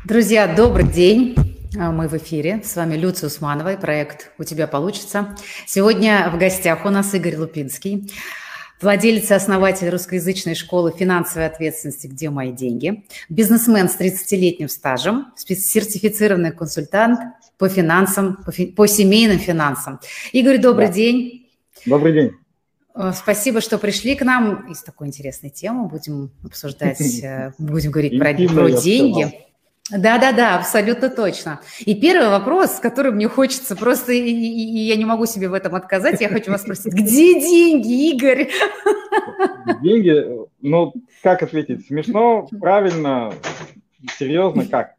Друзья, добрый день. Мы в эфире. С вами Люция Усманова и проект «У тебя получится». Сегодня в гостях у нас Игорь Лупинский, владелец и основатель русскоязычной школы финансовой ответственности «Где мои деньги?», бизнесмен с 30-летним стажем, сертифицированный консультант по финансам, по семейным финансам. Игорь, добрый день. Добрый день. Спасибо, что пришли к нам. И с такой интересной темой будем обсуждать, будем говорить про деньги. Да, абсолютно точно. И первый вопрос, который мне хочется просто, и я не могу себе в этом отказать, я хочу вас спросить, где деньги, Игорь? Деньги, ну, как ответить? Смешно, правильно, серьезно, как?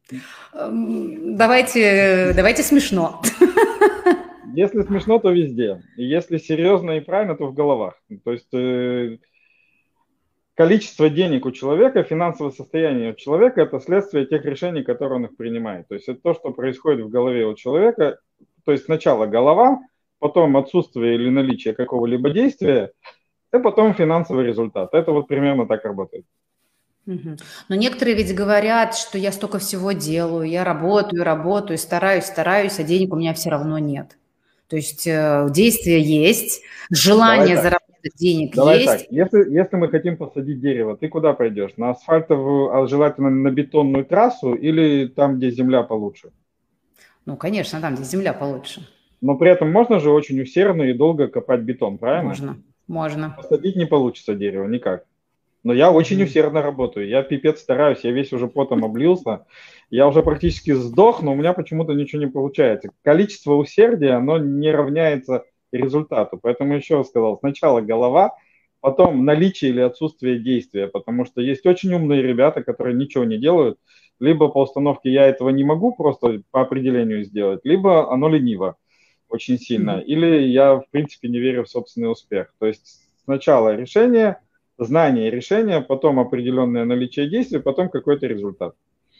Давайте смешно. Если смешно, то везде. И если серьезно и правильно, то в головах. То есть количество денег у человека, финансовое состояние у человека – это следствие тех решений, которые он их принимает. То есть это то, что происходит в голове у человека. То есть сначала голова, потом отсутствие или наличие какого-либо действия, и потом финансовый результат. Это вот примерно так работает. Но некоторые ведь говорят, что я столько всего делаю, я работаю, стараюсь, а денег у меня все равно нет. То есть действие есть, желание заработать денег есть. Так, если мы хотим посадить дерево, ты куда пойдешь? На асфальтовую, а желательно на бетонную трассу или там, где земля получше? Ну, конечно, там, где земля получше. Но при этом можно же очень усердно и долго копать бетон, правильно? Можно. Посадить не получится дерево никак. Но я очень усердно работаю, я пипец стараюсь, я весь уже потом облился, я уже практически сдох, но у меня почему-то ничего не получается. Количество усердия, оно не равняется результату. Поэтому еще раз сказал, сначала голова, потом наличие или отсутствие действия, потому что есть очень умные ребята, которые ничего не делают, либо по установке я этого не могу просто по определению сделать, либо оно лениво очень сильно, или я в принципе не верю в собственный успех. То есть сначала решение, знание решения, потом определенное наличие действий, потом какой-то результат.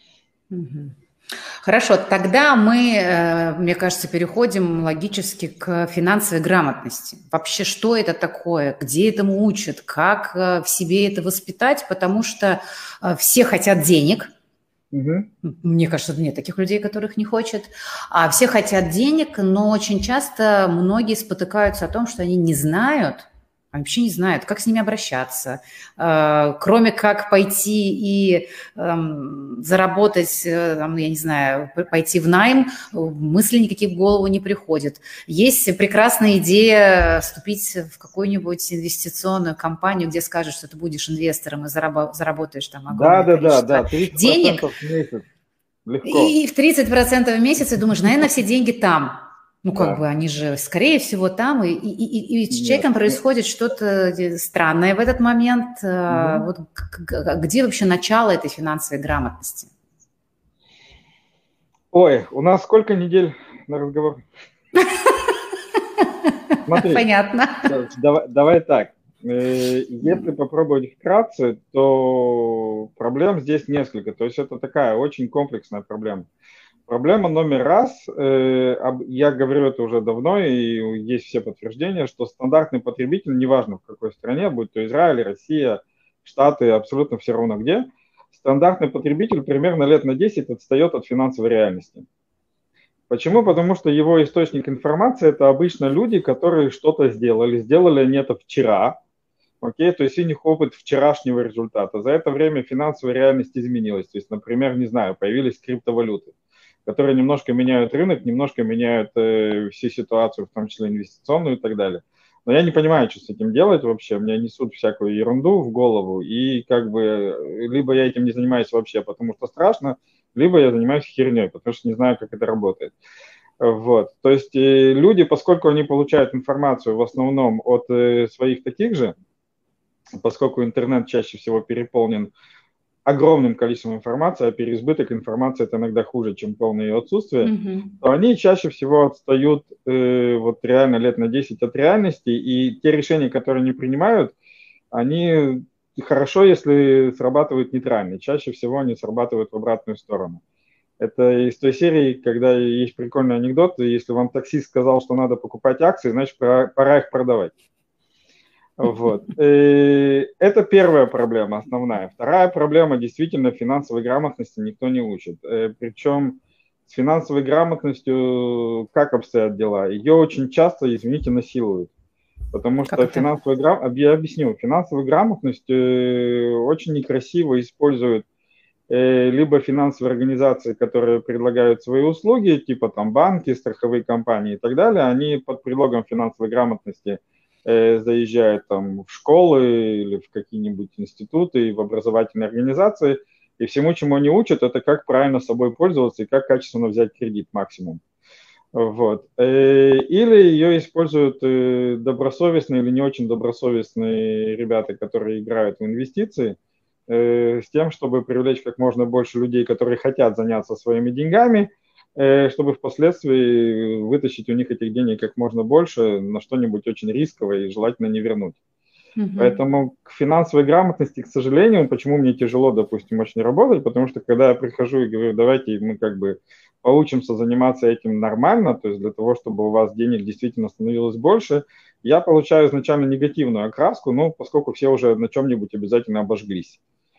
Хорошо, тогда мы, мне кажется, переходим логически к финансовой грамотности. Вообще, что это такое, где этому учат, как в себе это воспитать, потому что все хотят денег. Мне кажется, нет таких людей, которых не хочет. А все хотят денег, но очень часто многие спотыкаются о том, что они не знают, вообще не знают, как с ними обращаться, кроме как пойти и заработать, я не знаю, пойти в найм, мысли никакие в голову не приходят. Есть прекрасная идея вступить в какую-нибудь инвестиционную компанию, где скажешь, что ты будешь инвестором и заработаешь там огромное количество денег. В месяц. Легко. И в 30% в месяц, и думаешь, наверное, все деньги там. Ну, как бы они же, скорее всего, там, и с человеком происходит что-то странное в этот момент. Вот где вообще начало этой финансовой грамотности? Ой, у нас сколько недель на разговор? Смотри, понятно. Давай так. Если попробовать вкратце, то проблем здесь несколько. То есть это такая очень комплексная проблема. Проблема номер раз, я говорю это уже давно, и есть все подтверждения, что стандартный потребитель, неважно в какой стране, будь то Израиль, Россия, Штаты, абсолютно все равно где, стандартный потребитель примерно лет на 10 отстает от финансовой реальности. Почему? Потому что его источник информации – это обычно люди, которые что-то сделали. Сделали они это вчера, окей, то есть у них опыт вчерашнего результата. За это время финансовая реальность изменилась. То есть, например, не знаю, появились криптовалюты, которые немножко меняют рынок, немножко меняют всю ситуацию, в том числе инвестиционную и так далее. Но я не понимаю, что с этим делать вообще. Мне несут всякую ерунду в голову, и как бы либо я этим не занимаюсь вообще, потому что страшно, либо я занимаюсь херней, потому что не знаю, как это работает. Вот. То есть люди, поскольку они получают информацию в основном от своих таких же, поскольку интернет чаще всего переполнен огромным количеством информации, а переизбыток информации – это иногда хуже, чем полное ее отсутствие, то они чаще всего отстают вот реально лет на 10 от реальности, и те решения, которые они принимают, они хорошо, если срабатывают нейтрально. Чаще всего они срабатывают в обратную сторону. Это из той серии, когда есть прикольный анекдот, если вам таксист сказал, что надо покупать акции, значит, пора их продавать. Вот. Это первая проблема, основная. Вторая проблема, действительно, финансовой грамотности никто не учит. Причем с финансовой грамотностью как обстоят дела? Ее очень часто, извините, насилуют. Потому Как что это? я объясню, финансовую грамотность очень некрасиво используют либо финансовые организации, которые предлагают свои услуги, типа там банки, страховые компании и так далее, они под предлогом финансовой грамотности заезжают там в школы или в какие-нибудь институты, в образовательные организации, и всему, чему они учат, это как правильно собой пользоваться и как качественно взять кредит максимум. Вот. Или ее используют добросовестные или не очень добросовестные ребята, которые играют в инвестиции, с тем, чтобы привлечь как можно больше людей, которые хотят заняться своими деньгами, чтобы впоследствии вытащить у них этих денег как можно больше на что-нибудь очень рисковое и желательно не вернуть. Мгм. Поэтому к финансовой грамотности, к сожалению, почему мне тяжело, допустим, очень работать, потому что когда я прихожу и говорю, давайте мы как бы поучимся заниматься этим нормально, то есть для того, чтобы у вас денег действительно становилось больше, я получаю изначально негативную окраску, ну, поскольку все уже на чем-нибудь обязательно обожглись.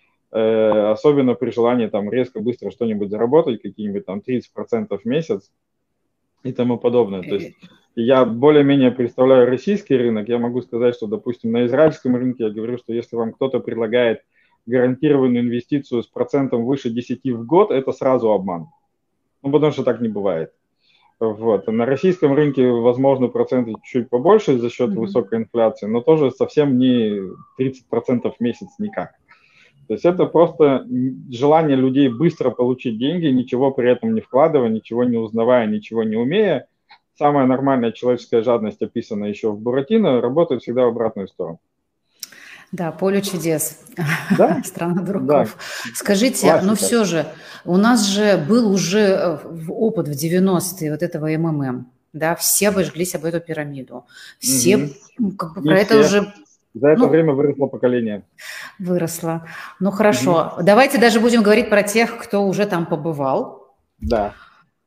Особенно при желании там резко, быстро что-нибудь заработать, какие-нибудь там 30% в месяц и тому подобное. То есть я более-менее представляю российский рынок, я могу сказать, что, допустим, на израильском рынке я говорю, что если вам кто-то предлагает гарантированную инвестицию с процентом выше 10 в год, это сразу обман. Ну, потому что так не бывает. Вот. На российском рынке, возможно, проценты чуть побольше за счет Мгм. высокой инфляции, но тоже совсем не 30% в месяц никак. То есть это просто желание людей быстро получить деньги, ничего при этом не вкладывая, ничего не узнавая, ничего не умея. Самая нормальная человеческая жадность, описанная еще в Буратино, работает всегда в обратную сторону. Да, поле чудес, Да, страна да, дураков. Скажите, но классика. все же, у нас же был уже опыт в 90-е вот этого МММ, да, все обожглись об эту пирамиду, Угу. все как бы Не про это все. уже, За это ну, время выросло поколение. выросло. Ну, Угу. хорошо, давайте даже будем говорить про тех, кто уже там побывал. Да.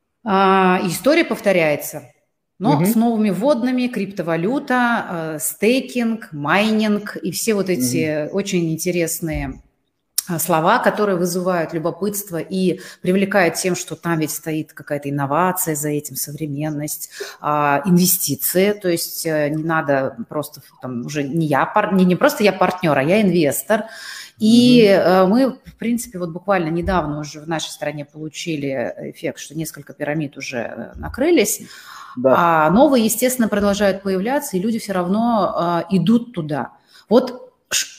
История повторяется, но с Угу. новыми вводными: криптовалюта, стейкинг, майнинг и все вот Угу. эти очень интересные слова, которые вызывают любопытство и привлекают тем, что там ведь стоит какая-то инновация за этим, современность, инвестиции, то есть не надо просто там уже не просто я партнер, а я инвестор. Угу. И мы, в принципе, вот буквально недавно уже в нашей стране получили эффект, что несколько пирамид уже накрылись, Да. а новые, естественно, продолжают появляться, и люди все равно идут туда. Вот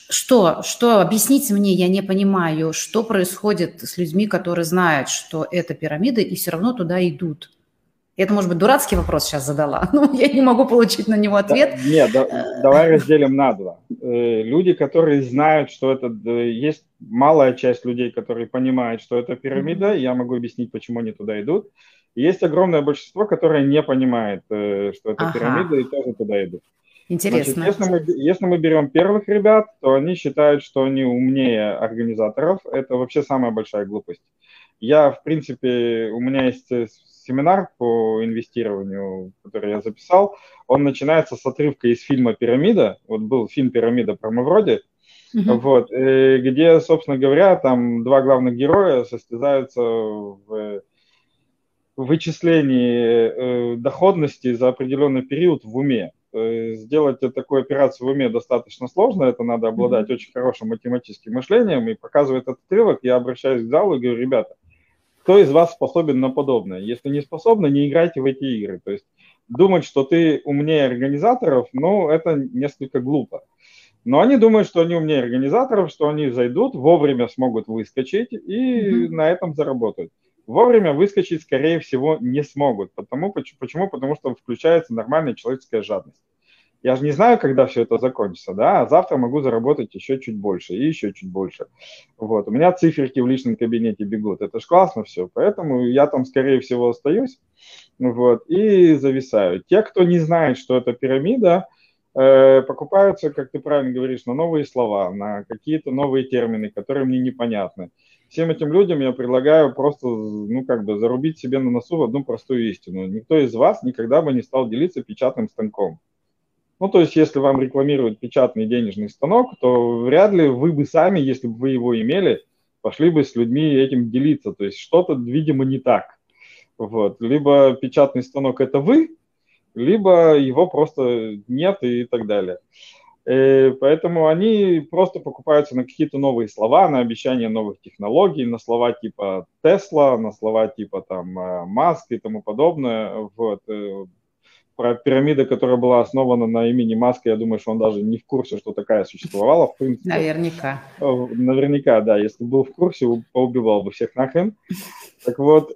что, объясните мне, я не понимаю, что происходит с людьми, которые знают, что это пирамида, и все равно туда идут. Это, может быть, дурацкий вопрос сейчас задала, но я не могу получить на него ответ. Нет, давай разделим на два. Люди, которые знают, что это... Есть малая часть людей, которые понимают, что это пирамида, и я могу объяснить, почему они туда идут. И есть огромное большинство, которое не понимает, что это Ага, пирамида, и тоже туда идут. Значит, интересно. если мы берем первых ребят, то они считают, что они умнее организаторов. Это вообще самая большая глупость. Я, в принципе, у меня есть семинар по инвестированию, который я записал. Он начинается с отрывка из фильма «Пирамида». Вот был фильм «Пирамида» про Мавроди. Мгм. Вот, где, собственно говоря, там два главных героя состязаются в вычислении доходности за определенный период в уме. Сделать такую операцию в уме достаточно сложно, это надо обладать Мгм. очень хорошим математическим мышлением, и показывает этот отрывок, я обращаюсь к залу и говорю, ребята, кто из вас способен на подобное? Если не способны, не играйте в эти игры. То есть думать, что ты умнее организаторов, ну, это несколько глупо. Но они думают, что они умнее организаторов, что они зайдут, вовремя смогут выскочить и Мгм. на этом заработают. Вовремя выскочить, скорее всего, не смогут. Почему? Потому что включается нормальная человеческая жадность. Я же не знаю, когда все это закончится, да, а завтра могу заработать еще чуть больше и еще чуть больше. Вот, у меня циферки в личном кабинете бегут, это ж классно все, поэтому я там, скорее всего, остаюсь, вот, и зависаю. Те, кто не знает, что это пирамида, покупаются, как ты правильно говоришь, на новые слова, на какие-то новые термины, которые мне непонятны. Всем этим людям я предлагаю просто, ну, как бы зарубить себе на носу в одну простую истину. Никто из вас никогда бы не стал делиться печатным станком. Ну, то есть, если вам рекламируют печатный денежный станок, то вряд ли вы бы сами, если бы вы его имели, пошли бы с людьми этим делиться. То есть, что-то, видимо, не так. Вот. Либо печатный станок – это вы, либо его просто нет и так далее. Поэтому они просто покупаются на какие-то новые слова, на обещания новых технологий, на слова типа Тесла, на слова типа там Маск и тому подобное. Вот. Про пирамиду, которая была основана на имени Маска, я думаю, что он даже не в курсе, что такая существовала, в принципе. Наверняка. Наверняка, да. Если был в курсе, поубивал бы всех нахрен. Так вот,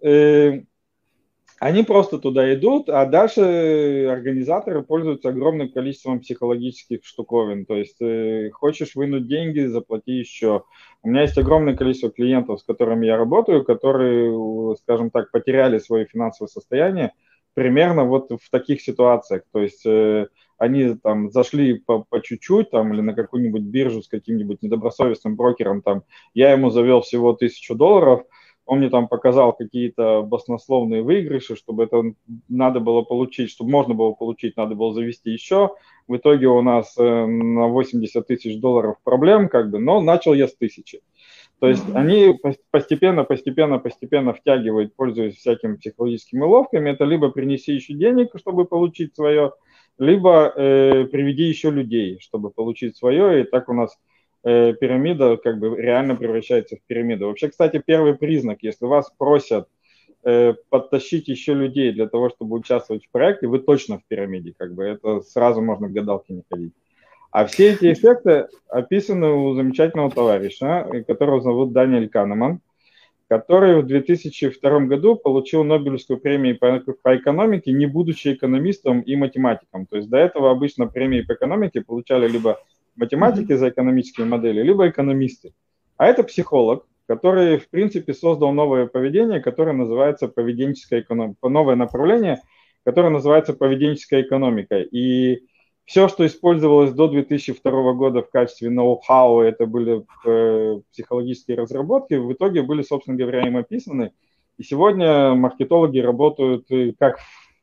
они просто туда идут, а дальше организаторы пользуются огромным количеством психологических штуковин. То есть хочешь вынуть деньги, заплати еще. У меня есть огромное количество клиентов, с которыми я работаю, которые, скажем так, потеряли свое финансовое состояние примерно вот в таких ситуациях. То есть они там зашли по чуть-чуть там, или на какую-нибудь биржу с каким-нибудь недобросовестным брокером, там, я ему завел всего $1000, он мне там показал какие-то баснословные выигрыши, чтобы это надо было получить, чтобы можно было получить, надо было завести еще. В итоге у нас на $80 тысяч проблем, как бы, но начал я с 1000. То есть они постепенно втягивают, пользуясь всякими психологическими уловками. Это либо принеси еще денег, чтобы получить свое, либо приведи еще людей, чтобы получить свое. И так у нас пирамида как бы реально превращается в пирамиду. Вообще, кстати, первый признак, если вас просят подтащить еще людей для того, чтобы участвовать в проекте, вы точно в пирамиде, как бы это сразу можно к гадалке не ходить. А все эти эффекты описаны у замечательного товарища, которого зовут Даниэль Канеман, который в 2002 году получил Нобелевскую премию по экономике, не будучи экономистом и математиком. То есть до этого обычно премии по экономике получали либо математики за экономические модели, либо экономисты. А это психолог, который, в принципе, создал новое поведение, которое называется поведенческая экономика, новое направление, которое называется поведенческая экономика. И все, что использовалось до 2002 года в качестве ноу-хау, это были психологические разработки, в итоге были, собственно говоря, им описаны. И сегодня маркетологи работают как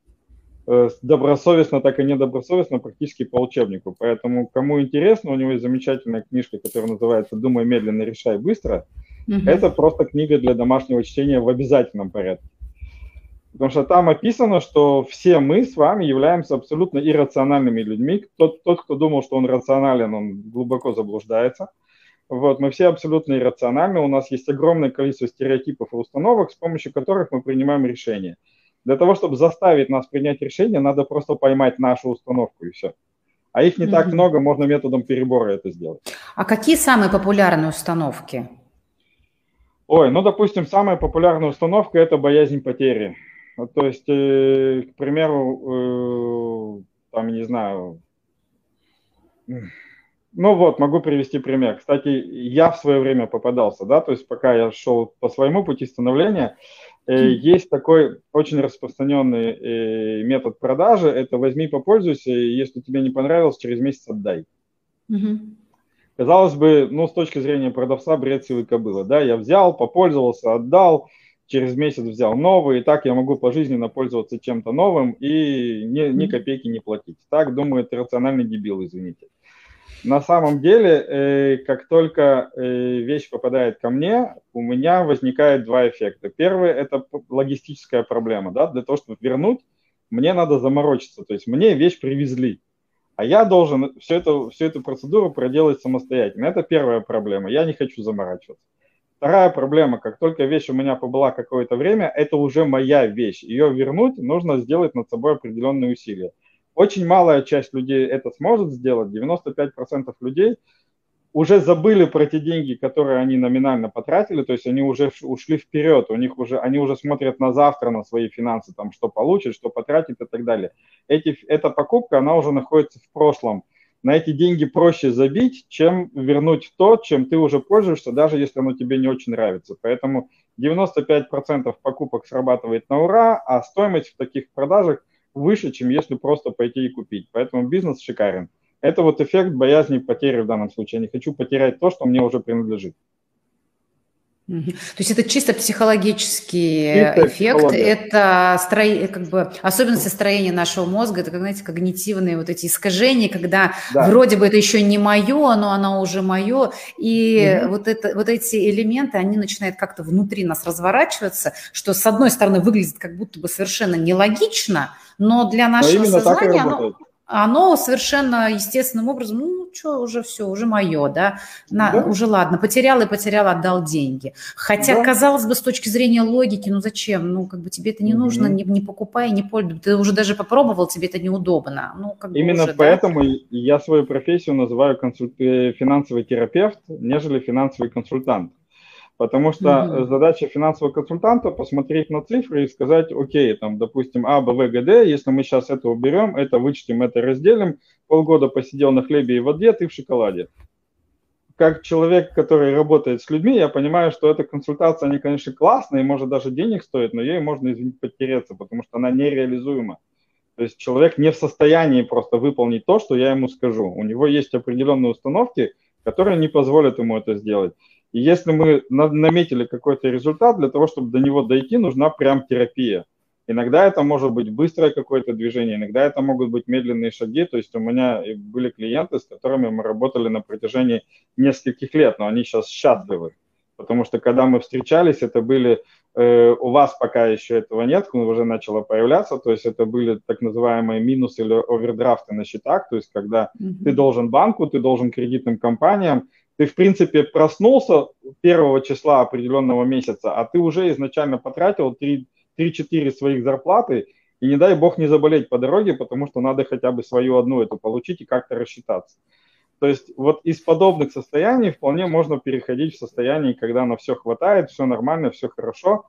добросовестно, так и недобросовестно, практически по учебнику. Поэтому, кому интересно, у него есть замечательная книжка, которая называется «Думай медленно, решай быстро». Это просто книга для домашнего чтения в обязательном порядке. Потому что там описано, что все мы с вами являемся абсолютно иррациональными людьми. Тот, кто думал, что он рационален, он глубоко заблуждается. Вот, мы все абсолютно иррациональны, у нас есть огромное количество стереотипов и установок, с помощью которых мы принимаем решения. Для того, чтобы заставить нас принять решение, надо просто поймать нашу установку и все. А их не так много, можно методом перебора это сделать. А какие самые популярные установки? Ой, ну, допустим, самая популярная установка – это боязнь потери. То есть, к примеру, там, не знаю, ну вот, могу привести пример. Кстати, я в свое время попадался, да, то есть пока я шел по своему пути становления, есть такой очень распространенный метод продажи, это возьми, попользуйся, и если тебе не понравилось, через месяц отдай. Казалось бы, ну, с точки зрения продавца, бред сивой кобылы, да, я взял, попользовался, отдал, через месяц взял новый, и так я могу пожизненно пользоваться чем-то новым и ни копейки не платить. Так думает рациональный дебил, извините. На самом деле, как только вещь попадает ко мне, у меня возникает два эффекта. Первый – это логистическая проблема, да, для того, чтобы вернуть, мне надо заморочиться, то есть мне вещь привезли. А я должен всю эту процедуру проделать самостоятельно. Это первая проблема. Я не хочу заморачиваться. Вторая проблема. Как только вещь у меня побыла какое-то время, это уже моя вещь. Ее вернуть нужно сделать над собой определенные усилия. Очень малая часть людей это сможет сделать. 95% людей уже забыли про те деньги, которые они номинально потратили, то есть они уже ушли вперед, они уже смотрят на завтра, на свои финансы, там, что получат, что потратят и так далее. Эта покупка, она уже находится в прошлом. На эти деньги проще забить, чем вернуть то, чем ты уже пользуешься, даже если оно тебе не очень нравится. Поэтому 95% покупок срабатывает на ура, а стоимость в таких продажах выше, чем если просто пойти и купить. Поэтому бизнес шикарен. Это вот эффект боязни потери в данном случае. Я не хочу потерять то, что мне уже принадлежит. То есть это чисто психологический Чистая эффект, психология. это как бы особенности строения нашего мозга, это, как, знаете, когнитивные вот эти искажения, когда Да. вроде бы это еще не мое, но оно уже мое, и Мгм. вот эти элементы, они начинают как-то внутри нас разворачиваться, что с одной стороны выглядит как будто бы совершенно нелогично, но для Но нашего именно так и сознания работает. оно совершенно естественным образом, ну, что, уже все, уже мое, да, Да, уже ладно, потерял и потерял, отдал деньги. Хотя, да. казалось бы, с точки зрения логики, ну зачем? Ну, как бы тебе это не нужно, Мгм. не покупай, не пользуйся. Ты уже даже попробовал, тебе это неудобно. Ну, как бы Именно уже, да? поэтому я свою профессию называю финансовый терапевт, нежели финансовый консультант. Потому что Мгм. задача финансового консультанта посмотреть на цифры и сказать, окей, там, допустим, А, Б, В, Г, Д, если мы сейчас это уберем, это вычтем, это разделим, полгода посидел на хлебе и воде, ты в шоколаде. Как человек, который работает с людьми, я понимаю, что эта консультация, они, конечно, классные, может даже денег стоит, но ей можно, извините, потереться, потому что она нереализуема. То есть человек не в состоянии просто выполнить то, что я ему скажу. У него есть определенные установки, которые не позволят ему это сделать. И если мы наметили какой-то результат, для того, чтобы до него дойти, нужна прям терапия. Иногда это может быть быстрое какое-то движение, иногда это могут быть медленные шаги. То есть у меня были клиенты, с которыми мы работали на протяжении нескольких лет, но они сейчас счастливы. Потому что когда мы встречались, это были у вас пока еще этого нет, уже начало появляться, то есть это были так называемые минусы или овердрафты на счетах, то есть когда ты Мгм. должен банку, ты должен кредитным компаниям, ты в принципе проснулся 1 числа определенного месяца, а ты уже изначально потратил 3-4 своих зарплаты, и не дай бог не заболеть по дороге, потому что надо хотя бы свою одну эту получить и как-то рассчитаться. То есть вот из подобных состояний вполне можно переходить в состояние, когда на все хватает, все нормально, все хорошо,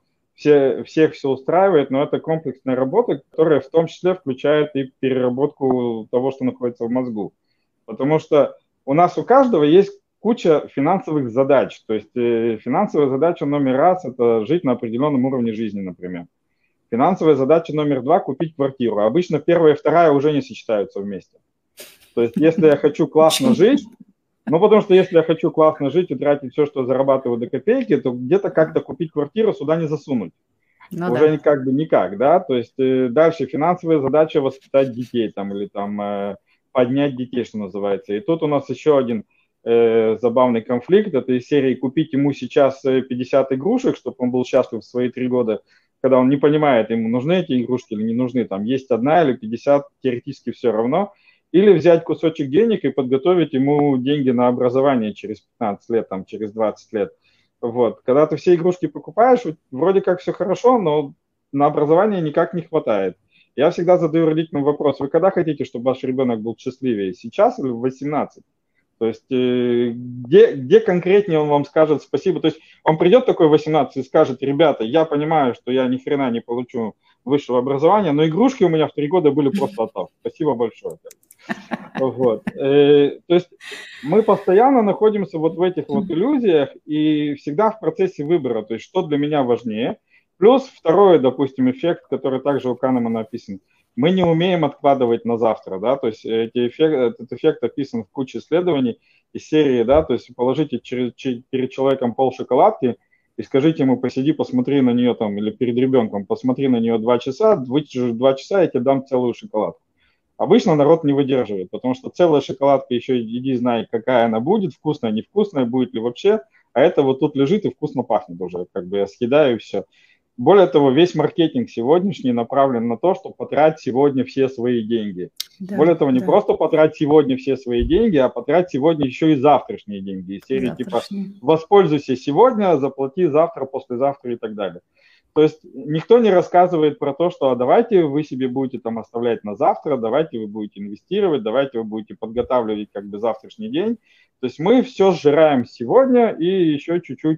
всех все устраивает, но это комплексная работа, которая в том числе включает и переработку того, что находится в мозгу. Потому что у нас у каждого есть куча финансовых задач. То есть финансовая задача номер раз – это жить на определенном уровне жизни, например. Финансовая задача номер два – купить квартиру. Обычно первая и вторая уже не сочетаются вместе. То есть если я хочу классно Почему? жить, ну, потому что если я хочу классно жить и тратить все, что зарабатываю до копейки, то где-то как-то купить квартиру сюда не засунуть. Ну Уже да. как бы никак, да. То есть дальше финансовая задача воспитать детей там или там поднять детей, что называется. И тут у нас еще один забавный конфликт. Это из серии купить ему сейчас 50 игрушек, чтобы он был счастлив в свои 3 года, когда он не понимает, ему нужны эти игрушки или не нужны. Там есть одна или 50, теоретически все равно. Или взять кусочек денег и подготовить ему деньги на образование через 15 лет, там, через 20 лет. Вот. Когда ты все игрушки покупаешь, вроде как все хорошо, но на образование никак не хватает. Я всегда задаю родителям вопрос: вы когда хотите, чтобы ваш ребенок был счастливее, сейчас или в 18? То есть где конкретнее он вам скажет спасибо? То есть он придет такой в 18 и скажет: ребята, я понимаю, что я ни хрена не получу высшего образования, но игрушки у меня в 3 года были просто от. Спасибо большое. Вот. То есть мы постоянно находимся вот в этих вот иллюзиях и всегда в процессе выбора, то есть что для меня важнее. Плюс второй, допустим, эффект, который также у Канемана описан. Мы не умеем откладывать на завтра, да, то есть этот эффект описан в куче исследований из серии, да, то есть положите перед человеком пол шоколадки и скажите ему: посиди, посмотри на нее там, или перед ребенком, посмотри на нее 2 часа, вытяжешь 2 часа, я тебе дам целую шоколадку. Обычно народ не выдерживает, потому что целая шоколадка еще иди знай, какая она будет, вкусная, невкусная, будет ли вообще, а это вот тут лежит и вкусно пахнет уже, как бы я съедаю и все. Более того, весь маркетинг сегодняшний направлен на то, что потрать сегодня все свои деньги. Да, Более того, не да. просто потрать сегодня все свои деньги, а потрать сегодня еще и завтрашние деньги. Из серии типа Завтрашний. воспользуйся сегодня, заплати завтра, послезавтра и так далее. То есть никто не рассказывает про то, что давайте вы себе будете там оставлять на завтра, давайте вы будете инвестировать, давайте вы будете подготавливать как бы завтрашний день. То есть мы все сжираем сегодня и еще чуть-чуть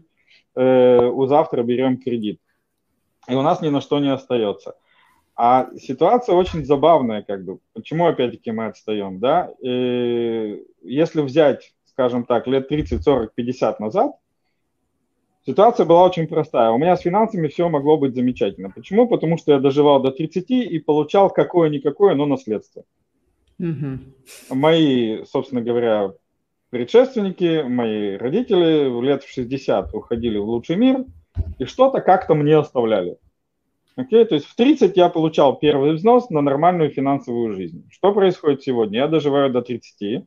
у завтра берем кредит. И у нас ни на что не остается. А ситуация очень забавная, как бы. Почему, опять-таки, мы отстаем, да? Если взять, скажем так, лет 30, 40, 50 назад, ситуация была очень простая. У меня с финансами все могло быть замечательно. Почему? Потому что я доживал до 30 и получал какое-никакое, но наследство. Мгм. Мои, собственно говоря, предшественники, мои родители лет в 60 уходили в лучший мир и что-то как-то мне оставляли. Окей, то есть в 30 я получал первый взнос на нормальную финансовую жизнь. Что происходит сегодня? Я доживаю до 30,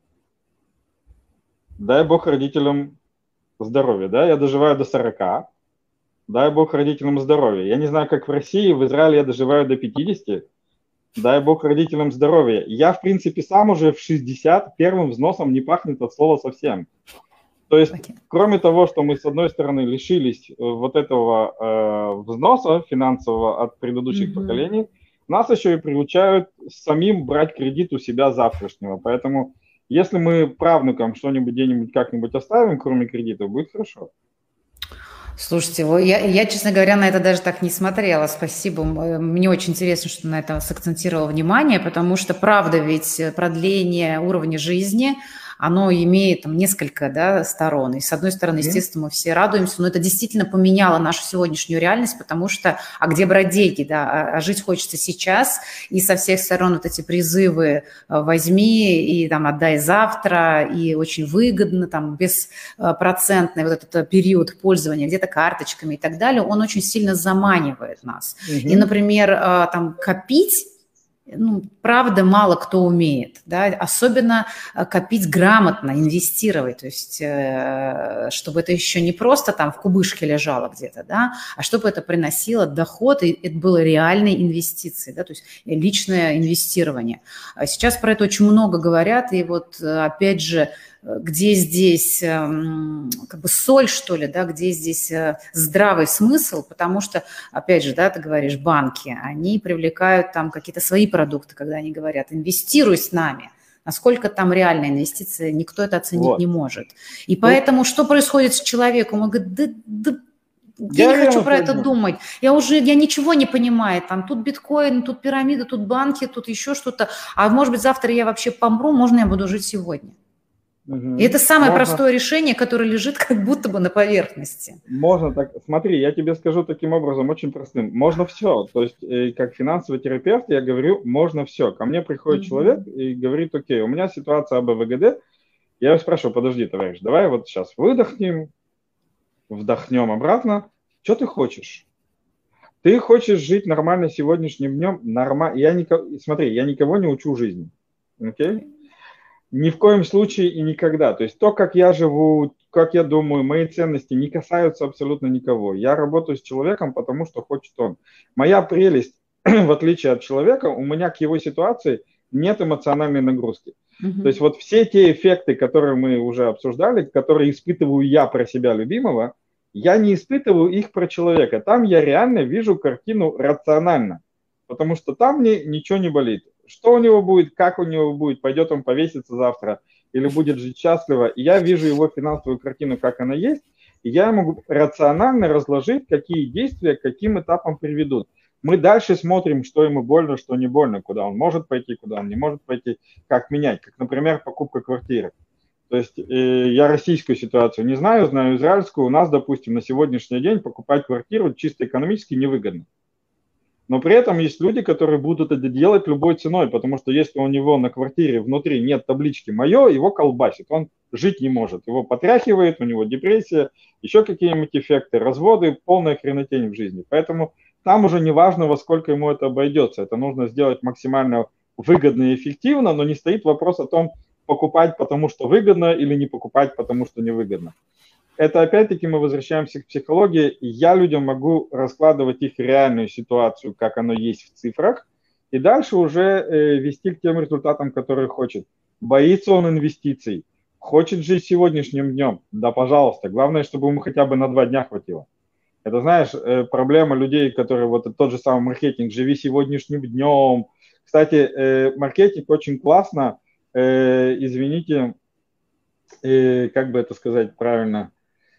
дай бог родителям здоровья, да, я доживаю до 40, дай бог родителям здоровья. Я не знаю, как в России, в Израиле я доживаю до 50, дай бог родителям здоровья. Я, в принципе, сам уже в 60 первым взносом не пахнет от слова совсем. То есть, кроме того, что мы, с одной стороны, лишились вот этого взноса финансового от предыдущих поколений, нас еще и приучают самим брать кредит у себя завтрашнего. Поэтому, если мы правнукам что-нибудь где-нибудь как-нибудь оставим, кроме кредита, будет хорошо. Слушайте, я, честно говоря, на это даже так не смотрела. Спасибо. Мне очень интересно, что на это сакцентировало внимание, потому что, правда, ведь продление уровня жизни, оно имеет там несколько сторон. И с одной стороны, естественно, мы все радуемся, но это действительно поменяло нашу сегодняшнюю реальность, потому что, а где брать деньги, а жить хочется сейчас, и со всех сторон вот эти призывы возьми и там отдай завтра, и очень выгодно, там беспроцентный вот этот период пользования где-то карточками и так далее, он очень сильно заманивает нас. И, например, там копить, правда, мало кто умеет, да, особенно копить грамотно, инвестировать, то есть, чтобы это еще не просто там в кубышке лежало где-то, да, а чтобы это приносило доход, и это было реальной инвестицией, да, то есть личное инвестирование. Сейчас про это очень много говорят, и вот опять же, где здесь как бы соль, что ли, да, где здесь здравый смысл, потому что, опять же, да, ты говоришь, банки, они привлекают там какие-то свои продукты, когда они говорят, инвестируй с нами. Насколько там реальная инвестиция, никто это оценить не может. И поэтому что происходит с человеком? Он говорит, я не хочу про это думать. Я ничего не понимаю. Там тут биткоин, тут пирамида, тут банки, тут еще что-то. А может быть, завтра я вообще помру, можно я буду жить сегодня? И это самое простое решение, которое лежит как будто бы на поверхности. Можно так. Смотри, я тебе скажу таким образом, очень простым. Можно все. То есть, как финансовый терапевт, я говорю, можно все. Ко мне приходит человек и говорит, окей, у меня ситуация АБВГД. Я его спрашиваю, подожди, товарищ, давай вот сейчас выдохнем, вдохнем обратно. Что ты хочешь? Ты хочешь жить нормально сегодняшним днем? Смотри, я никого не учу жизни. Окей? Ни в коем случае и никогда. То есть то, как я живу, как я думаю, мои ценности не касаются абсолютно никого. Я работаю с человеком, потому что хочет он. Моя прелесть, в отличие от человека, у меня к его ситуации нет эмоциональной нагрузки. То есть вот все те эффекты, которые мы уже обсуждали, которые испытываю я про себя любимого, я не испытываю их про человека. Там я реально вижу картину рационально, потому что там мне ничего не болит. Что у него будет, как у него будет, пойдет он повеситься завтра или будет жить счастливо. И я вижу его финансовую картину, как она есть, и я могу рационально разложить, какие действия к каким этапам приведут. Мы дальше смотрим, что ему больно, что не больно, куда он может пойти, куда он не может пойти, как менять. Как, например, покупка квартиры. То есть я российскую ситуацию не знаю, знаю израильскую. У нас, допустим, на сегодняшний день покупать квартиру чисто экономически невыгодно. Но при этом есть люди, которые будут это делать любой ценой, потому что если у него на квартире внутри нет таблички «Мое», его колбасит, он жить не может, его потряхивает, у него депрессия, еще какие-нибудь эффекты, разводы, полная хренотень в жизни. Поэтому там уже не важно, во сколько ему это обойдется, это нужно сделать максимально выгодно и эффективно, но не стоит вопрос о том, покупать потому что выгодно или не покупать потому что невыгодно. Это опять-таки мы возвращаемся к психологии. Я людям могу раскладывать их реальную ситуацию, как оно есть в цифрах, и дальше уже вести к тем результатам, которые хочет. Боится он инвестиций, хочет жить сегодняшним днем, да, пожалуйста. Главное, чтобы ему хотя бы на 2 дня хватило. Это, знаешь, проблема людей, которые вот тот же самый маркетинг, живи сегодняшним днем. Кстати, маркетинг очень классно, извините, как бы это сказать правильно,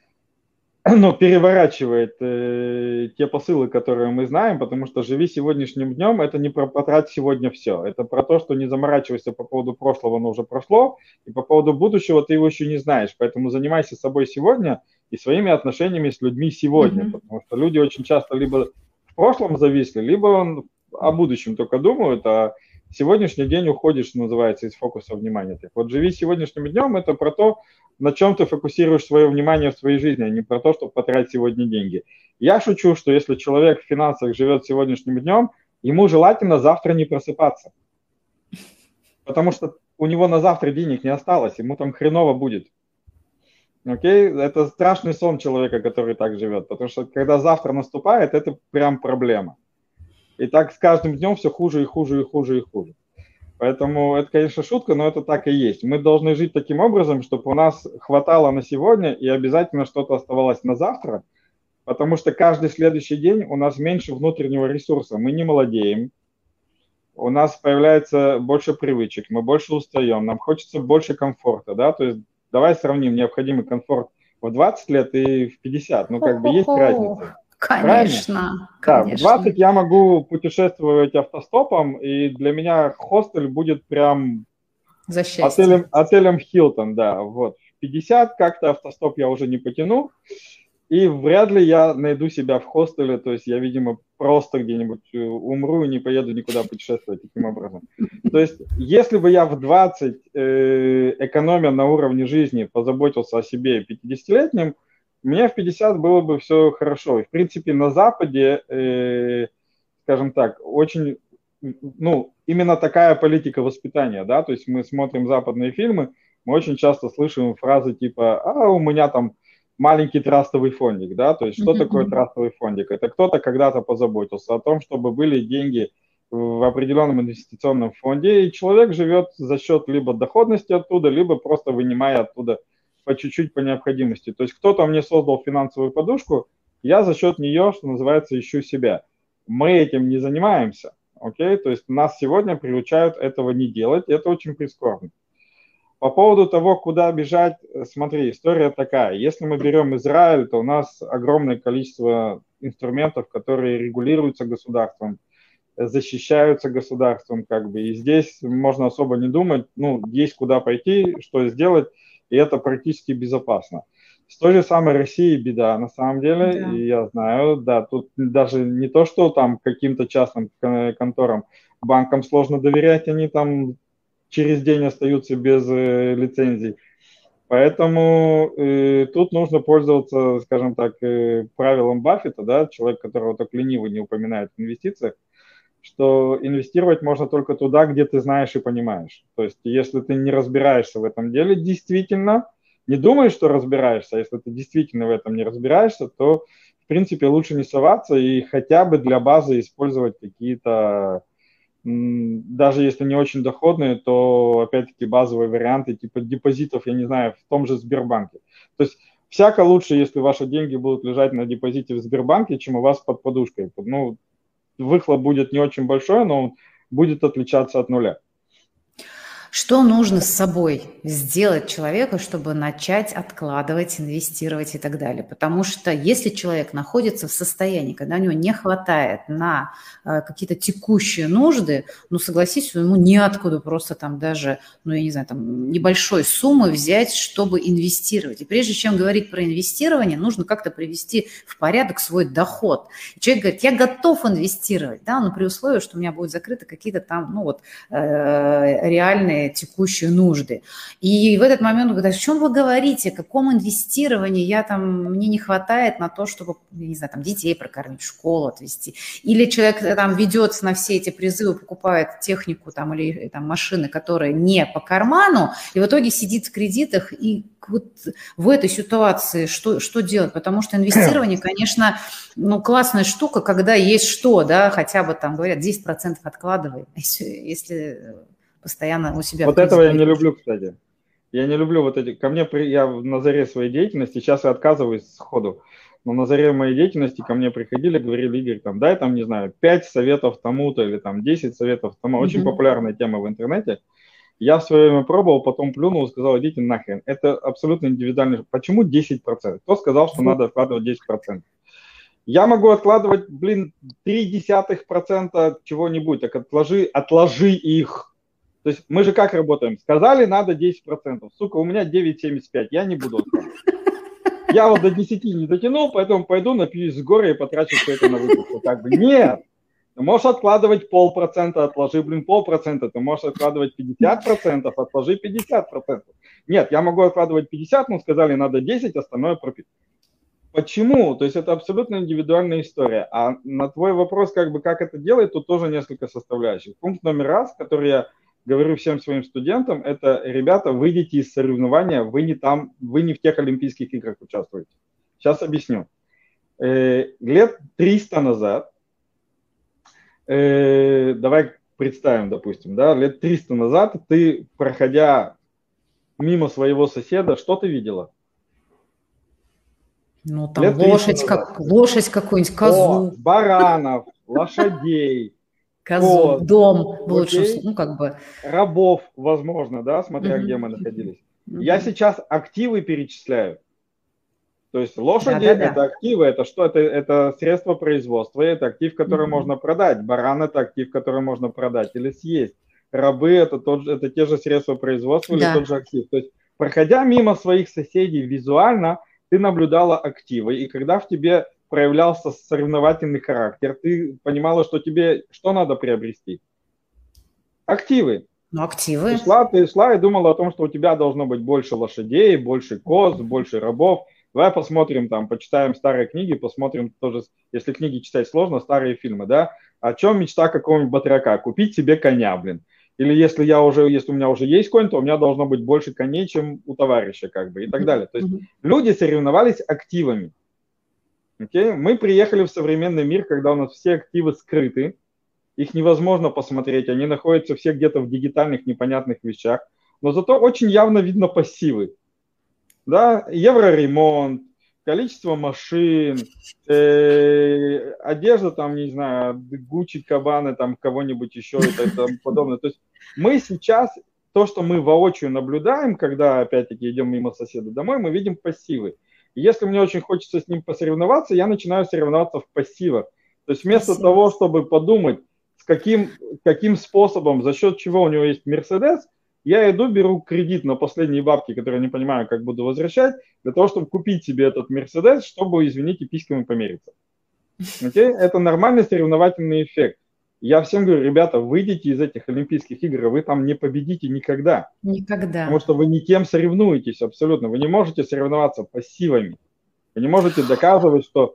но переворачивает те посылы, которые мы знаем, потому что живи сегодняшним днем, это не про потрать сегодня все, это про то, что не заморачивайся по поводу прошлого, оно уже прошло, и по поводу будущего ты его еще не знаешь, поэтому занимайся собой сегодня и своими отношениями с людьми сегодня, потому что люди очень часто либо в прошлом зависли, либо о будущем только думают, а сегодняшний день уходишь, называется, из фокуса внимания. Так вот, живи сегодняшним днем, это про то, на чем ты фокусируешь свое внимание в своей жизни, а не про то, чтобы потратить сегодня деньги. Я шучу, что если человек в финансах живет сегодняшним днем, ему желательно завтра не просыпаться. Потому что у него на завтра денег не осталось, ему там хреново будет. Окей? Это страшный сон человека, который так живет. Потому что когда завтра наступает, это прям проблема. И так с каждым днем все хуже и хуже и хуже и хуже. Поэтому это, конечно, шутка, но это так и есть. Мы должны жить таким образом, чтобы у нас хватало на сегодня и обязательно что-то оставалось на завтра, потому что каждый следующий день у нас меньше внутреннего ресурса. Мы не молодеем, у нас появляется больше привычек, мы больше устаем, нам хочется больше комфорта, да, то есть давай сравним необходимый комфорт в 20 лет и в 50, ну как бы есть разница. Конечно, да, конечно. В 20 я могу путешествовать автостопом, и для меня хостель будет прям за счастье. Отелем Хилтон, да, вот. В 50 как-то автостоп я уже не потяну, и вряд ли я найду себя в хостеле, то есть я, видимо, просто где-нибудь умру и не поеду никуда путешествовать таким образом. То есть если бы я в 20, экономя на уровне жизни, позаботился о себе 50-летнем, мне в 50 было бы все хорошо. И, в принципе, на Западе, скажем так, очень, ну, именно такая политика воспитания, да, то есть мы смотрим западные фильмы, мы очень часто слышим фразы типа «а у меня там маленький трастовый фондик», да, то есть что такое трастовый фондик? Это кто-то когда-то позаботился о том, чтобы были деньги в определенном инвестиционном фонде, и человек живет за счет либо доходности оттуда, либо просто вынимая оттуда по чуть-чуть по необходимости. То есть кто-то мне создал финансовую подушку, я за счет нее, что называется, ищу себя. Мы этим не занимаемся, окей? То есть нас сегодня приучают этого не делать, и это очень прискорбно. По поводу того, куда бежать, смотри, история такая. Если мы берем Израиль, то у нас огромное количество инструментов, которые регулируются государством, защищаются государством, как бы, и здесь можно особо не думать, ну, есть куда пойти, что сделать, и это практически безопасно. С той же самой Россией беда, на самом деле, да. И я знаю, да, тут даже не то, что там каким-то частным конторам, банкам сложно доверять, они там через день остаются без лицензий. Поэтому тут нужно пользоваться, скажем так, правилом Баффета, да, человек, которого так лениво не упоминает в инвестициях, что инвестировать можно только туда, где ты знаешь и понимаешь. То есть если ты не разбираешься в этом деле действительно, не думаешь, что разбираешься, а если ты действительно в этом не разбираешься, то, в принципе, лучше не соваться и хотя бы для базы использовать какие-то, даже если не очень доходные, то, опять-таки, базовые варианты типа депозитов, я не знаю, в том же Сбербанке. То есть всяко лучше, если ваши деньги будут лежать на депозите в Сбербанке, чем у вас под подушкой. Ну, выхлоп будет не очень большой, но он будет отличаться от нуля. Что нужно с собой сделать человеку, чтобы начать откладывать, инвестировать и так далее? Потому что если человек находится в состоянии, когда у него не хватает на какие-то текущие нужды, ну, согласись, ему неоткуда просто там даже, ну, я не знаю, там небольшой суммы взять, чтобы инвестировать. И прежде чем говорить про инвестирование, нужно как-то привести в порядок свой доход. И человек говорит, я готов инвестировать, да, но при условии, что у меня будут закрыты какие-то там, ну, вот, реальные текущие нужды. И в этот момент он говорит, о чем вы говорите, о каком инвестировании, мне не хватает на то, чтобы, я не знаю, там, детей прокормить, в школу отвезти. Или человек там ведется на все эти призывы, покупает технику там, или там, машины, которые не по карману, и в итоге сидит в кредитах. И вот в этой ситуации что делать? Потому что инвестирование, конечно, ну, классная штука, когда есть что, да, хотя бы там говорят 10% откладывай, если постоянно у себя. Вот этого я не люблю, кстати. Я не люблю вот эти. Ко мне, я на заре своей деятельности, сейчас я отказываюсь сходу, но на заре моей деятельности ко мне приходили, говорили, Игорь, там, дай там, не знаю, 5 советов тому-то или там 10 советов тому. Очень популярная тема в интернете. Я в свое время пробовал, потом плюнул и сказал, идите нахрен. Это абсолютно индивидуально. Почему 10%? Кто сказал, что надо откладывать 10%? Я могу откладывать, 0,3% чего-нибудь, так отложи их. То есть мы же как работаем? Сказали, надо 10%. Сука, у меня 9,75, я не буду откладывать. Я вот до 10 не дотянул, поэтому пойду напьюсь с горя и потрачу все это на выпуск. Как бы нет. Ты можешь откладывать 0,5%, отложи, 0,5%. Ты можешь откладывать 50%, отложи 50%. Нет, я могу откладывать 50%, но сказали, надо 10%, остальное пропить. Почему? То есть это абсолютно индивидуальная история. А на твой вопрос, как это делать, тут тоже несколько составляющих. Пункт номер раз, который я говорю всем своим студентам, это, ребята, выйдите из соревнования, вы не в тех Олимпийских играх участвуете. Сейчас объясню. Лет 300 назад, давай представим, допустим, да, лет 300 назад ты, проходя мимо своего соседа, что ты видела? Ну, там лошадь какую-нибудь, козу. Баранов, лошадей, Козу, дом в лошадей, лучшем, ну, как бы. рабов, возможно, да, смотря где мы находились. Я сейчас активы перечисляю. То есть лошади это активы, это что? Это средство производства, это актив, который можно продать. Баран это актив, который можно продать или съесть. Рабы это те же средства производства или тот же актив. То есть проходя мимо своих соседей визуально, ты наблюдала активы, и когда в тебе проявлялся соревновательный характер, ты понимала, что тебе что надо приобрести? Активы. Ну, активы. Ты шла и думала о том, что у тебя должно быть больше лошадей, больше коз, больше рабов. Давай посмотрим, там, почитаем старые книги, посмотрим тоже, если книги читать сложно, старые фильмы, да? О чем мечта какого-нибудь батрака? Купить себе коня, блин. Или если у меня уже есть конь, то у меня должно быть больше коней, чем у товарища, как бы, и так далее. То есть люди соревновались активами. Okay? Мы приехали в современный мир, когда у нас все активы скрыты, их невозможно посмотреть, они находятся все где-то в дигитальных непонятных вещах, но зато очень явно видно пассивы. Да, евроремонт, количество машин, одежда там, не знаю, Гуччи, Кабаны, там кого-нибудь еще и тому подобное. То есть мы сейчас, то, что мы воочию наблюдаем, когда опять-таки идем мимо соседа домой, мы видим пассивы. И если мне очень хочется с ним посоревноваться, я начинаю соревноваться в пассивах. То есть вместо того, чтобы подумать, каким способом, за счет чего у него есть Мерседес, я иду, беру кредит на последние бабки, которые не понимаю, как буду возвращать, для того, чтобы купить себе этот Мерседес, чтобы, извините, письками помериться. Okay? Это нормальный соревновательный эффект. Я всем говорю, ребята, выйдите из этих Олимпийских игр, вы там не победите никогда. Никогда. Потому что вы не тем соревнуетесь абсолютно. Вы не можете соревноваться пассивами. Вы не можете доказывать, что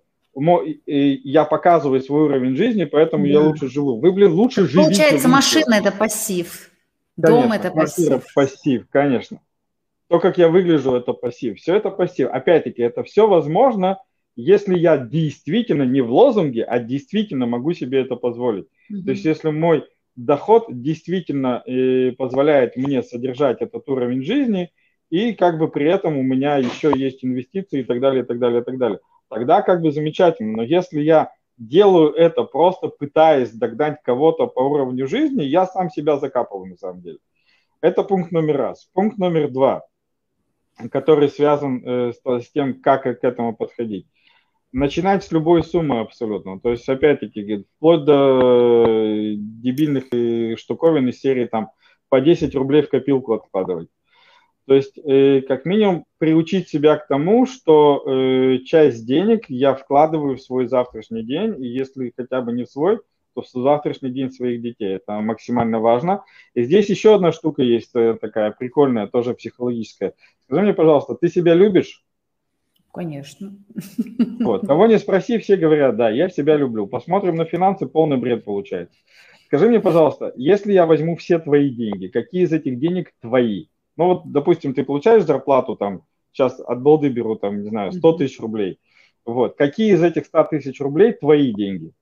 я показываю свой уровень жизни, поэтому я лучше живу. Вы, блин, лучше живите. Получается, машина – это пассив. Конечно, дом – это пассив. Пассив, конечно. То, как я выгляжу, это пассив. Все это пассив. Опять-таки, это все возможно, если я действительно, не в лозунге, а действительно могу себе это позволить. То есть, если мой доход действительно позволяет мне содержать этот уровень жизни, и как бы при этом у меня еще есть инвестиции и так далее, и так далее, и так далее. Тогда как бы замечательно. Но если я делаю это просто пытаясь догнать кого-то по уровню жизни, я сам себя закапываю на самом деле. Это пункт номер раз. Пункт номер два, который связан с тем, как к этому подходить. Начинать с любой суммы абсолютно. То есть, опять-таки, вплоть до дебильных штуковин из серии там по 10 рублей в копилку откладывать. То есть, как минимум, приучить себя к тому, что часть денег я вкладываю в свой завтрашний день, и если хотя бы не в свой, то в завтрашний день своих детей. Это максимально важно. И здесь еще одна штука есть такая прикольная, тоже психологическая. Скажи мне, пожалуйста, ты себя любишь? Конечно. Вот. Кого не спроси, все говорят, да, я себя люблю. Посмотрим на финансы, полный бред получается. Скажи мне, пожалуйста, если я возьму все твои деньги, какие из этих денег твои? Ну вот, допустим, ты получаешь зарплату, там, сейчас от балды беру, там, не знаю, 100 тысяч рублей. Вот. Какие из этих 100 тысяч рублей твои деньги?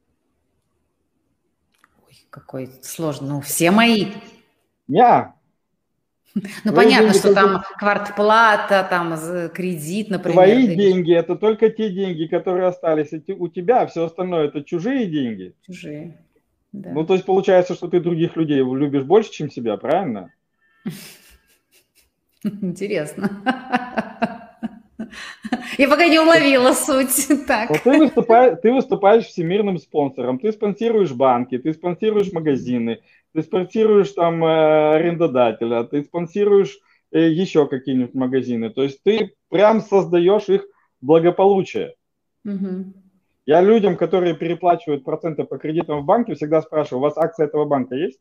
Ой, какой сложный. Ну, все мои. Я. Ну, понятно, что там квартплата, там кредит, например. Твои деньги – это только те деньги, которые остались у тебя, а все остальное – это чужие деньги. Чужие, да. Ну, то есть получается, что ты других людей любишь больше, чем себя, правильно? Интересно. Я пока не уловила суть. Так. Вот ты выступаешь всемирным спонсором, ты спонсируешь банки, ты спонсируешь магазины, ты спонсируешь там арендодателя, ты спонсируешь еще какие-нибудь магазины. То есть ты прям создаешь их благополучие. Угу. Я людям, которые переплачивают проценты по кредитам в банке, всегда спрашиваю, у вас акция этого банка есть?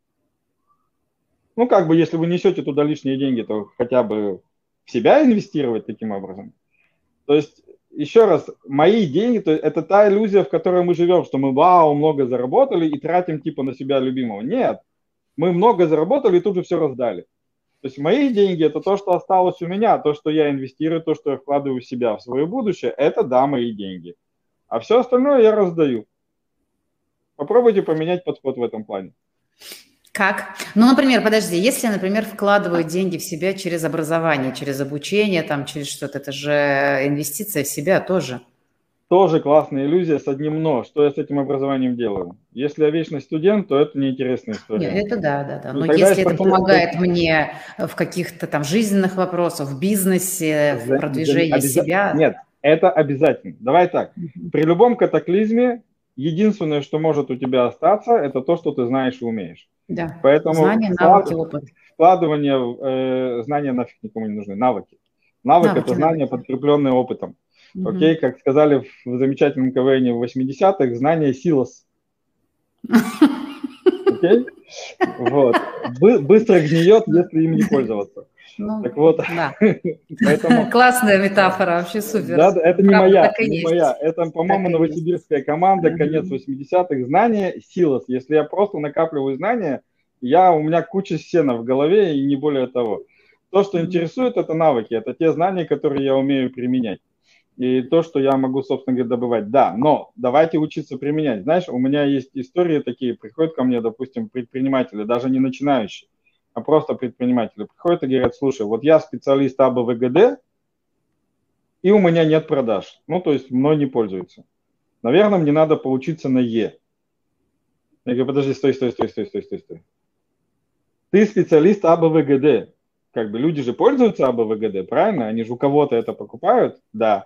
Ну, как бы, если вы несете туда лишние деньги, то хотя бы в себя инвестировать таким образом. То есть, еще раз, мои деньги, то есть, это та иллюзия, в которой мы живем, что мы, вау, много заработали и тратим типа на себя любимого. Нет, мы много заработали и тут же все раздали. То есть мои деньги – это то, что осталось у меня, то, что я инвестирую, то, что я вкладываю в себя, в свое будущее, это, да, мои деньги. А все остальное я раздаю. Попробуйте поменять подход в этом плане. Как? Ну, например, подожди, если, например, вкладывают деньги в себя через образование, через обучение, там, через что-то, это же инвестиция в себя тоже. Тоже классная иллюзия с одним «но». Что я с этим образованием делаю? Если я вечный студент, то это неинтересная история. Нет, это да. Но если это помогает мне в каких-то там жизненных вопросах, в бизнесе, в продвижении себя... Нет, это обязательно. Давай так. При любом катаклизме единственное, что может у тебя остаться, это то, что ты знаешь и умеешь. Да. Поэтому знания, навыки, опыт. Вкладывание в знания нафиг никому не нужны. Навыки. Навык – это знания, подкрепленные опытом. Окей, как сказали в замечательном КВН в 80-х, знания силос. Окей? Вот. Быстро гниет, если им не пользоваться. Ну, так вот. Да. Поэтому... Классная метафора, вообще супер. Да, это не моя, не моя. Это, по-моему, новосибирская команда, конец 80-х. Знания силос. Если я просто накапливаю знания, у меня куча сена в голове и не более того. То, что интересует, это навыки, это те знания, которые я умею применять. И то, что я могу, собственно говоря, добывать. Да, но давайте учиться применять. Знаешь, у меня есть истории такие, приходят ко мне, допустим, предприниматели, даже не начинающие, а просто предприниматели. Приходят и говорят, слушай, вот я специалист АБВГД, и у меня нет продаж. Ну, то есть мной не пользуются. Наверное, мне надо поучиться на Е. Я говорю, подожди, стой. Ты специалист АБВГД. Как бы люди же пользуются АБВГД, правильно? Они же у кого-то это покупают? Да.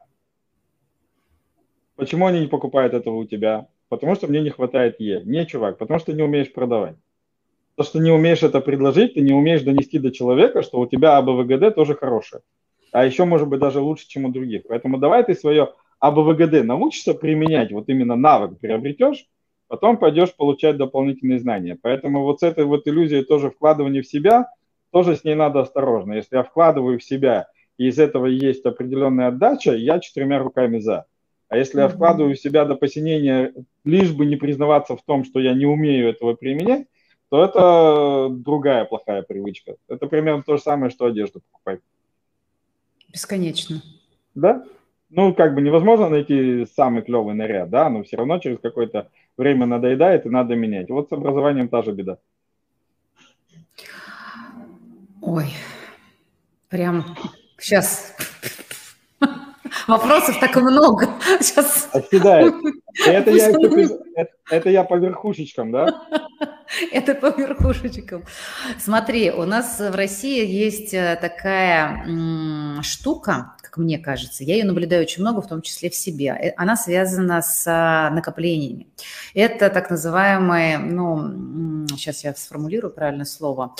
Почему они не покупают этого у тебя? Потому что мне не хватает Е. Не, чувак, потому что не умеешь продавать. То, что не умеешь это предложить, ты не умеешь донести до человека, что у тебя АБВГД тоже хорошее. А еще, может быть, даже лучше, чем у других. Поэтому давай ты свое АБВГД научишься применять, вот именно навык приобретешь, потом пойдешь получать дополнительные знания. Поэтому вот с этой вот иллюзией тоже вкладывания в себя, тоже с ней надо осторожно. Если я вкладываю в себя, и из этого есть определенная отдача, я 4 руками за. А если я вкладываю в себя до посинения, лишь бы не признаваться в том, что я не умею этого применять, то это другая плохая привычка. Это примерно то же самое, что одежду покупать. Бесконечно. Да? Ну, как бы невозможно найти самый клевый наряд, да, но все равно через какое-то время надоедает и надо менять. Вот с образованием та же беда. Ой, прям сейчас... Вопросов так и много. Сейчас... Оседает. Это я по верхушечкам, да? Это по верхушечкам. Смотри, у нас в России есть такая штука, как мне кажется, я ее наблюдаю очень много, в том числе в себе. Она связана с накоплениями. Это так называемые, сейчас я сформулирую правильное слово,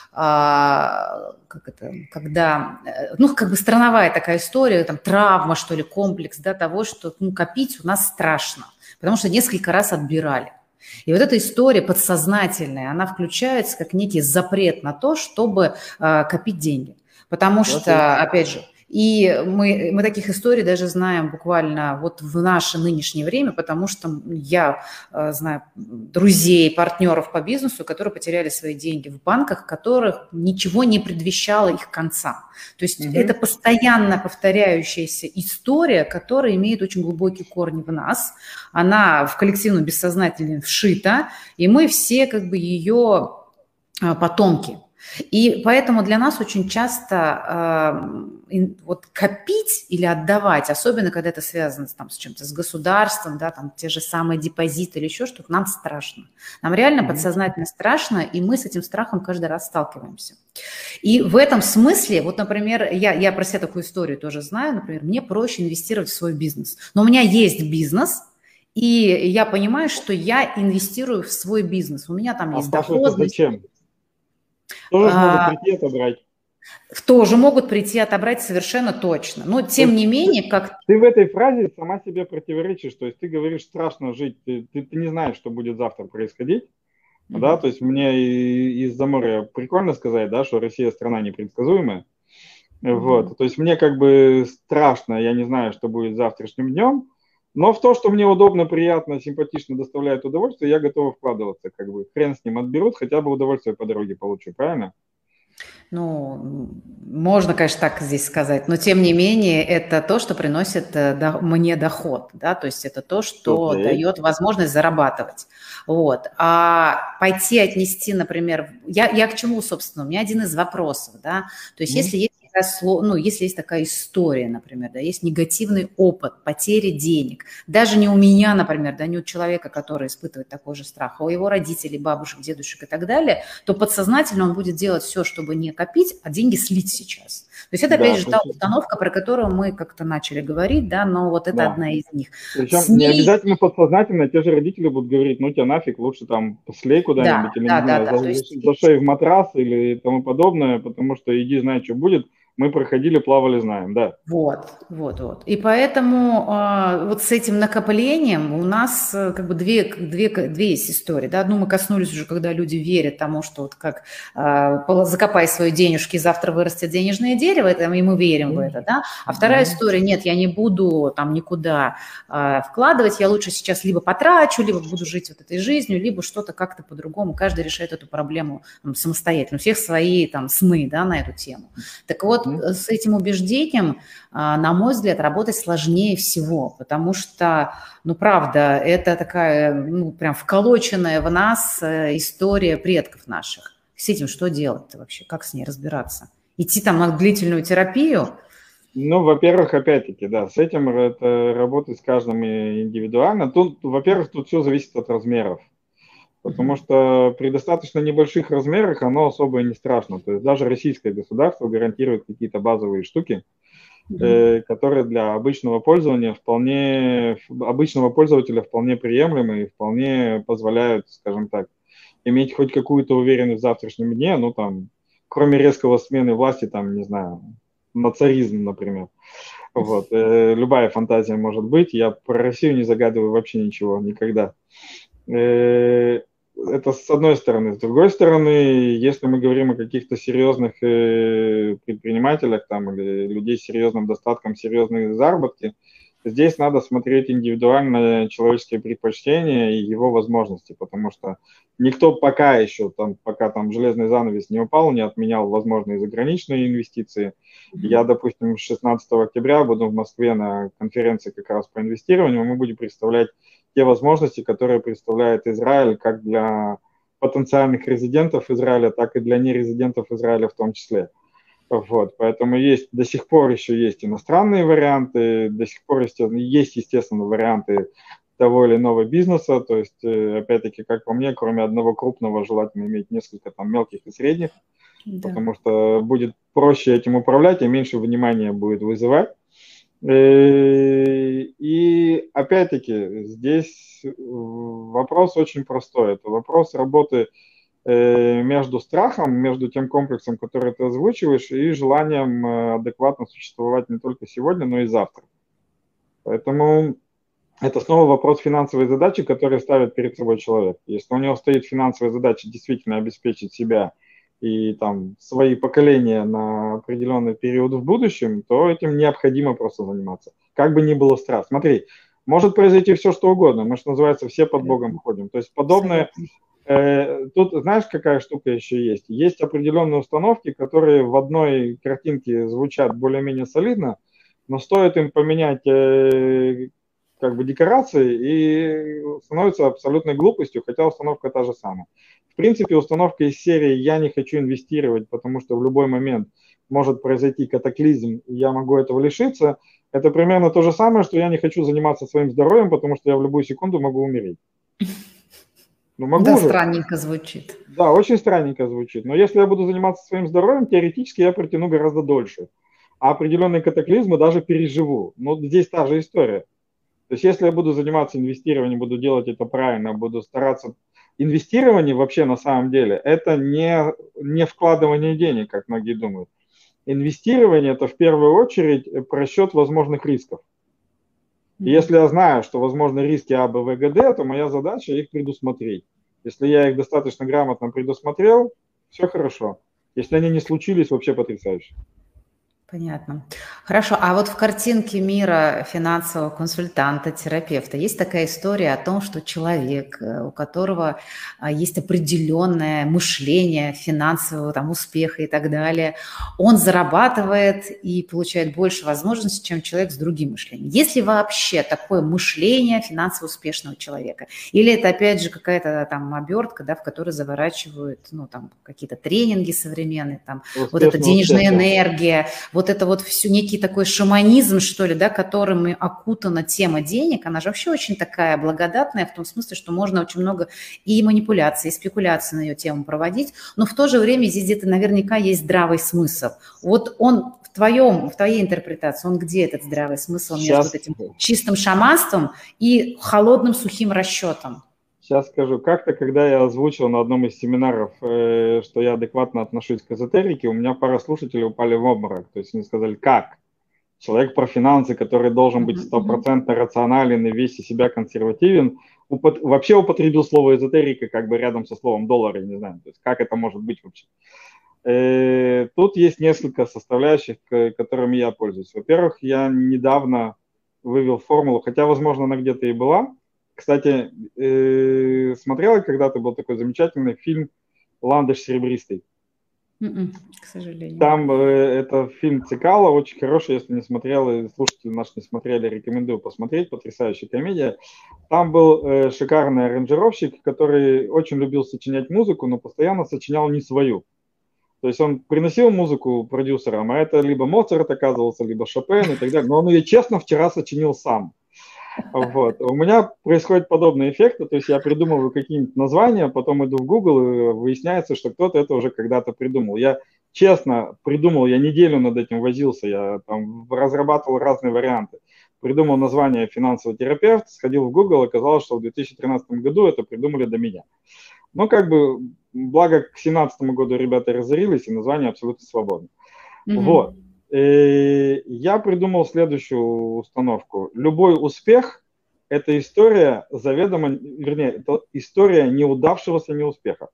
как это, когда, как бы страновая такая история, там, травма, что ли, комплекс, да, того, что копить у нас страшно, потому что несколько раз отбирали. И вот эта история подсознательная, она включается как некий запрет на то, чтобы копить деньги. Потому что, опять же, и мы таких историй даже знаем буквально вот в наше нынешнее время, потому что я знаю друзей, партнеров по бизнесу, которые потеряли свои деньги в банках, которых ничего не предвещало их конца. То есть это постоянно повторяющаяся история, которая имеет очень глубокие корни в нас. Она в коллективном бессознательном вшита, и мы все как бы ее потомки. И поэтому для нас очень часто вот копить или отдавать, особенно когда это связано там, с чем-то, с государством, да, там, те же самые депозиты или еще что-то, нам страшно. Нам реально подсознательно страшно, и мы с этим страхом каждый раз сталкиваемся. И в этом смысле, вот, например, я про себя такую историю тоже знаю, например, мне проще инвестировать в свой бизнес. Но у меня есть бизнес, и я понимаю, что я инвестирую в свой бизнес. У меня там есть доходность. Зачем? Тоже можно прийти отобрать. тоже могут прийти отобрать совершенно точно. Но тем не менее, как... Ты в этой фразе сама себе противоречишь, то есть ты говоришь, страшно жить, ты не знаешь, что будет завтра происходить, да, то есть мне из-за моря прикольно сказать, да, что Россия страна непредсказуемая, вот, то есть мне как бы страшно, я не знаю, что будет завтрашним днем, но в то, что мне удобно, приятно, симпатично доставляет удовольствие, я готов вкладываться, как бы хрен с ним отберут, хотя бы удовольствие по дороге получу, правильно? Ну, можно, конечно, так здесь сказать, но тем не менее это то, что приносит мне доход, да, то есть это то, что Окей. дает возможность зарабатывать. Вот. А пойти отнести, например, я к чему, собственно, у меня один из вопросов, да, то есть если есть ну, если есть такая история, например, да, есть негативный опыт потери денег, даже не у меня, например, да, не у человека, который испытывает такой же страх, а у его родителей, бабушек, дедушек и так далее, то подсознательно он будет делать все, чтобы не копить, а деньги слить сейчас. То есть это, опять же, та установка, про которую мы как-то начали говорить, да, но вот это одна из них. Причем не обязательно подсознательно, те же родители будут говорить, ну тебя нафиг, лучше там слей куда-нибудь, или не знаю, зашей в матрас или тому подобное, потому что иди, знай, что будет. Мы проходили, плавали, знаем, да. Вот. И поэтому вот с этим накоплением у нас как бы две есть истории. Да? Одну мы коснулись уже, когда люди верят тому, что вот как закопай свои денежки, завтра вырастет денежное дерево, и мы верим в это. Да? А вторая история, нет, я не буду там никуда вкладывать, я лучше сейчас либо потрачу, либо буду жить вот этой жизнью, либо что-то как-то по-другому. Каждый решает эту проблему самостоятельно. У всех свои там сны, да, на эту тему. Так вот, с этим убеждением, на мой взгляд, работать сложнее всего, потому что, ну, правда, это такая, ну, прям вколоченная в нас история предков наших. С этим что делать-то вообще? Как с ней разбираться? Идти там на длительную терапию? Ну, во-первых, опять-таки, да, с этим это работать с каждым индивидуально. Тут, во-первых, тут все зависит от размеров. Потому что при достаточно небольших размерах оно особо и не страшно. То есть даже российское государство гарантирует какие-то базовые штуки, которые для обычного пользователя вполне приемлемы и вполне позволяют, скажем так, иметь хоть какую-то уверенность в завтрашнем дне, ну там, кроме резкого смены власти, там, не знаю, на царизм, например. Вот. Любая фантазия может быть. Я про Россию не загадываю вообще ничего, никогда. Это с одной стороны. С другой стороны, если мы говорим о каких-то серьезных предпринимателях там, или людей с серьезным достатком, серьезные заработки, здесь надо смотреть индивидуально человеческие предпочтения и его возможности, потому что никто пока еще, пока там железный занавес не упал, не отменял возможные заграничные инвестиции. Я, допустим, 16 октября буду в Москве на конференции как раз по инвестированию, мы будем представлять те возможности, которые представляет Израиль как для потенциальных резидентов Израиля, так и для нерезидентов Израиля в том числе. Вот, поэтому до сих пор еще есть иностранные варианты, до сих пор есть, естественно, варианты того или иного бизнеса, то есть, опять-таки, как по мне, кроме одного крупного, желательно иметь несколько там мелких и средних, потому что будет проще этим управлять, и меньше внимания будет вызывать. И опять-таки здесь вопрос очень простой. Это вопрос работы между страхом, между тем комплексом, который ты озвучиваешь, и желанием адекватно существовать не только сегодня, но и завтра. Поэтому это снова вопрос финансовой задачи, которую ставит перед собой человек. Если у него стоит финансовая задача действительно обеспечить себя и там свои поколения на определенный период в будущем, то этим необходимо просто заниматься. Как бы ни было страшно. Смотри, может произойти все, что угодно. Мы, что называется, все под Богом ходим. То есть подобное... Тут знаешь, какая штука еще есть? Есть определенные установки, которые в одной картинке звучат более-менее солидно, но стоит им поменять как бы декорации, и становится абсолютной глупостью, хотя установка та же самая. В принципе, установка из серии «я не хочу инвестировать, потому что в любой момент может произойти катаклизм, и я могу этого лишиться», это примерно то же самое, что «я не хочу заниматься своим здоровьем, потому что я в любую секунду могу умереть». Ну, могу да, же. Странненько звучит. Да, очень странненько звучит. Но если я буду заниматься своим здоровьем, теоретически я протяну гораздо дольше. А определенные катаклизмы даже переживу. Но здесь та же история. То есть если я буду заниматься инвестированием, буду делать это правильно, буду стараться... Инвестирование вообще на самом деле это не вкладывание денег, как многие думают. Инвестирование – это в первую очередь просчет возможных рисков. И если я знаю, что возможны риски А, Б, В, Г, Д, то моя задача их предусмотреть. Если я их достаточно грамотно предусмотрел, все хорошо. Если они не случились, вообще потрясающе. Понятно. Хорошо. А вот в картинке мира финансового консультанта, терапевта есть такая история о том, что человек, у которого есть определенное мышление финансового там, успеха и так далее, он зарабатывает и получает больше возможностей, чем человек с другим мышлением. Есть ли вообще такое мышление финансово успешного человека? Или это, опять же, какая-то там обертка, да, в которой заворачивают ну, там, какие-то тренинги современные, там, вот эта денежная энергия, вот это вот все некий такой шаманизм, что ли, да, которым окутана тема денег, она же вообще очень такая благодатная в том смысле, что можно очень много и манипуляций, и спекуляций на ее тему проводить, но в то же время здесь где-то наверняка есть здравый смысл. Вот он в твоей интерпретации, он где этот здравый смысл между этим чистым шаманством и холодным сухим расчетом? Сейчас скажу. Как-то, когда я озвучил на одном из семинаров, что я адекватно отношусь к эзотерике, у меня пара слушателей упали в обморок. То есть они сказали, как? Человек про финансы, который должен быть стопроцентно рационален и весь из себя консервативен, вообще употребил слово эзотерика как бы рядом со словом доллар, я не знаю. То есть как это может быть вообще? Тут есть несколько составляющих, которыми я пользуюсь. Во-первых, я недавно вывел формулу, хотя, возможно, она где-то и была. Кстати, смотрела когда-то, был такой замечательный фильм «Ландыш серебристый». К сожалению. Там это фильм Цикало, очень хороший, если не смотрел, и слушатели наши не смотрели, рекомендую посмотреть, потрясающая комедия. Там был шикарный аранжировщик, который очень любил сочинять музыку, но постоянно сочинял не свою. То есть он приносил музыку продюсерам, а это либо Моцарт оказывался, либо Шопен и так далее, но он ее честно вчера сочинил сам. Вот. У меня происходят подобные эффекты, то есть я придумываю какие-нибудь названия, потом иду в Google, и выясняется, что кто-то это уже когда-то придумал. Я честно придумал, я неделю над этим возился, я там разрабатывал разные варианты. Придумал название «Финансовый терапевт», сходил в Google, оказалось, что в 2013 году это придумали до меня. Ну, как бы, благо к 2017 году ребята разорились, и название абсолютно свободно. Вот. Я придумал следующую установку. Любой успех – это история заведомо, вернее, это история неудавшегося неуспеха.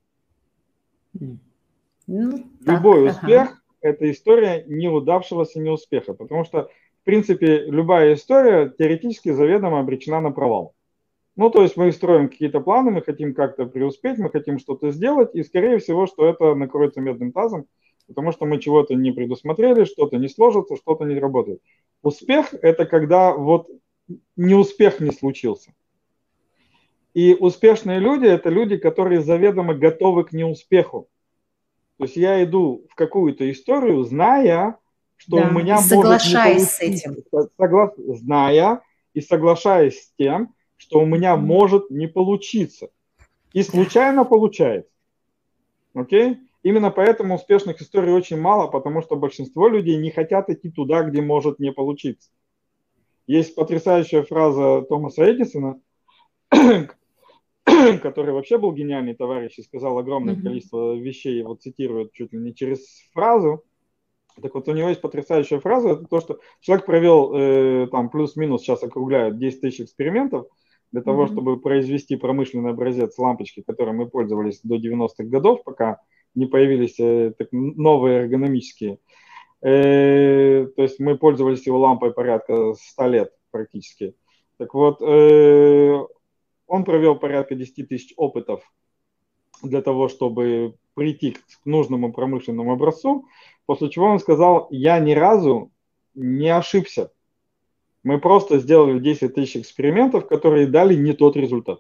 Любой успех – это история неудавшегося неуспеха, потому что, в принципе, любая история теоретически заведомо обречена на провал. Ну, то есть мы строим какие-то планы, мы хотим как-то преуспеть, мы хотим что-то сделать, и, скорее всего, что это накроется медным тазом, потому что мы чего-то не предусмотрели, что-то не сложится, что-то не работает. Успех – это когда вот неуспех не случился. И успешные люди – это люди, которые заведомо готовы к неуспеху. То есть я иду в какую-то историю, зная, что у меня может не получиться. С этим. Зная и соглашаясь с тем, что у меня может не получиться. И случайно получается. Окей? Именно поэтому успешных историй очень мало, потому что большинство людей не хотят идти туда, где может не получиться. Есть потрясающая фраза Томаса Эдисона, который вообще был гениальный товарищ и сказал огромное количество вещей, его цитируют чуть ли не через фразу. Так вот, у него есть потрясающая фраза, это то, что человек провел там плюс-минус, сейчас округляют, 10 тысяч экспериментов для того, чтобы произвести промышленный образец лампочки, которой мы пользовались до 90-х годов, пока не появились новые эргономические. То есть мы пользовались его лампой порядка 100 лет практически. Так вот, он провел порядка 10 тысяч опытов для того, чтобы прийти к нужному промышленному образцу, после чего он сказал, я ни разу не ошибся. Мы просто сделали 10 тысяч экспериментов, которые дали не тот результат.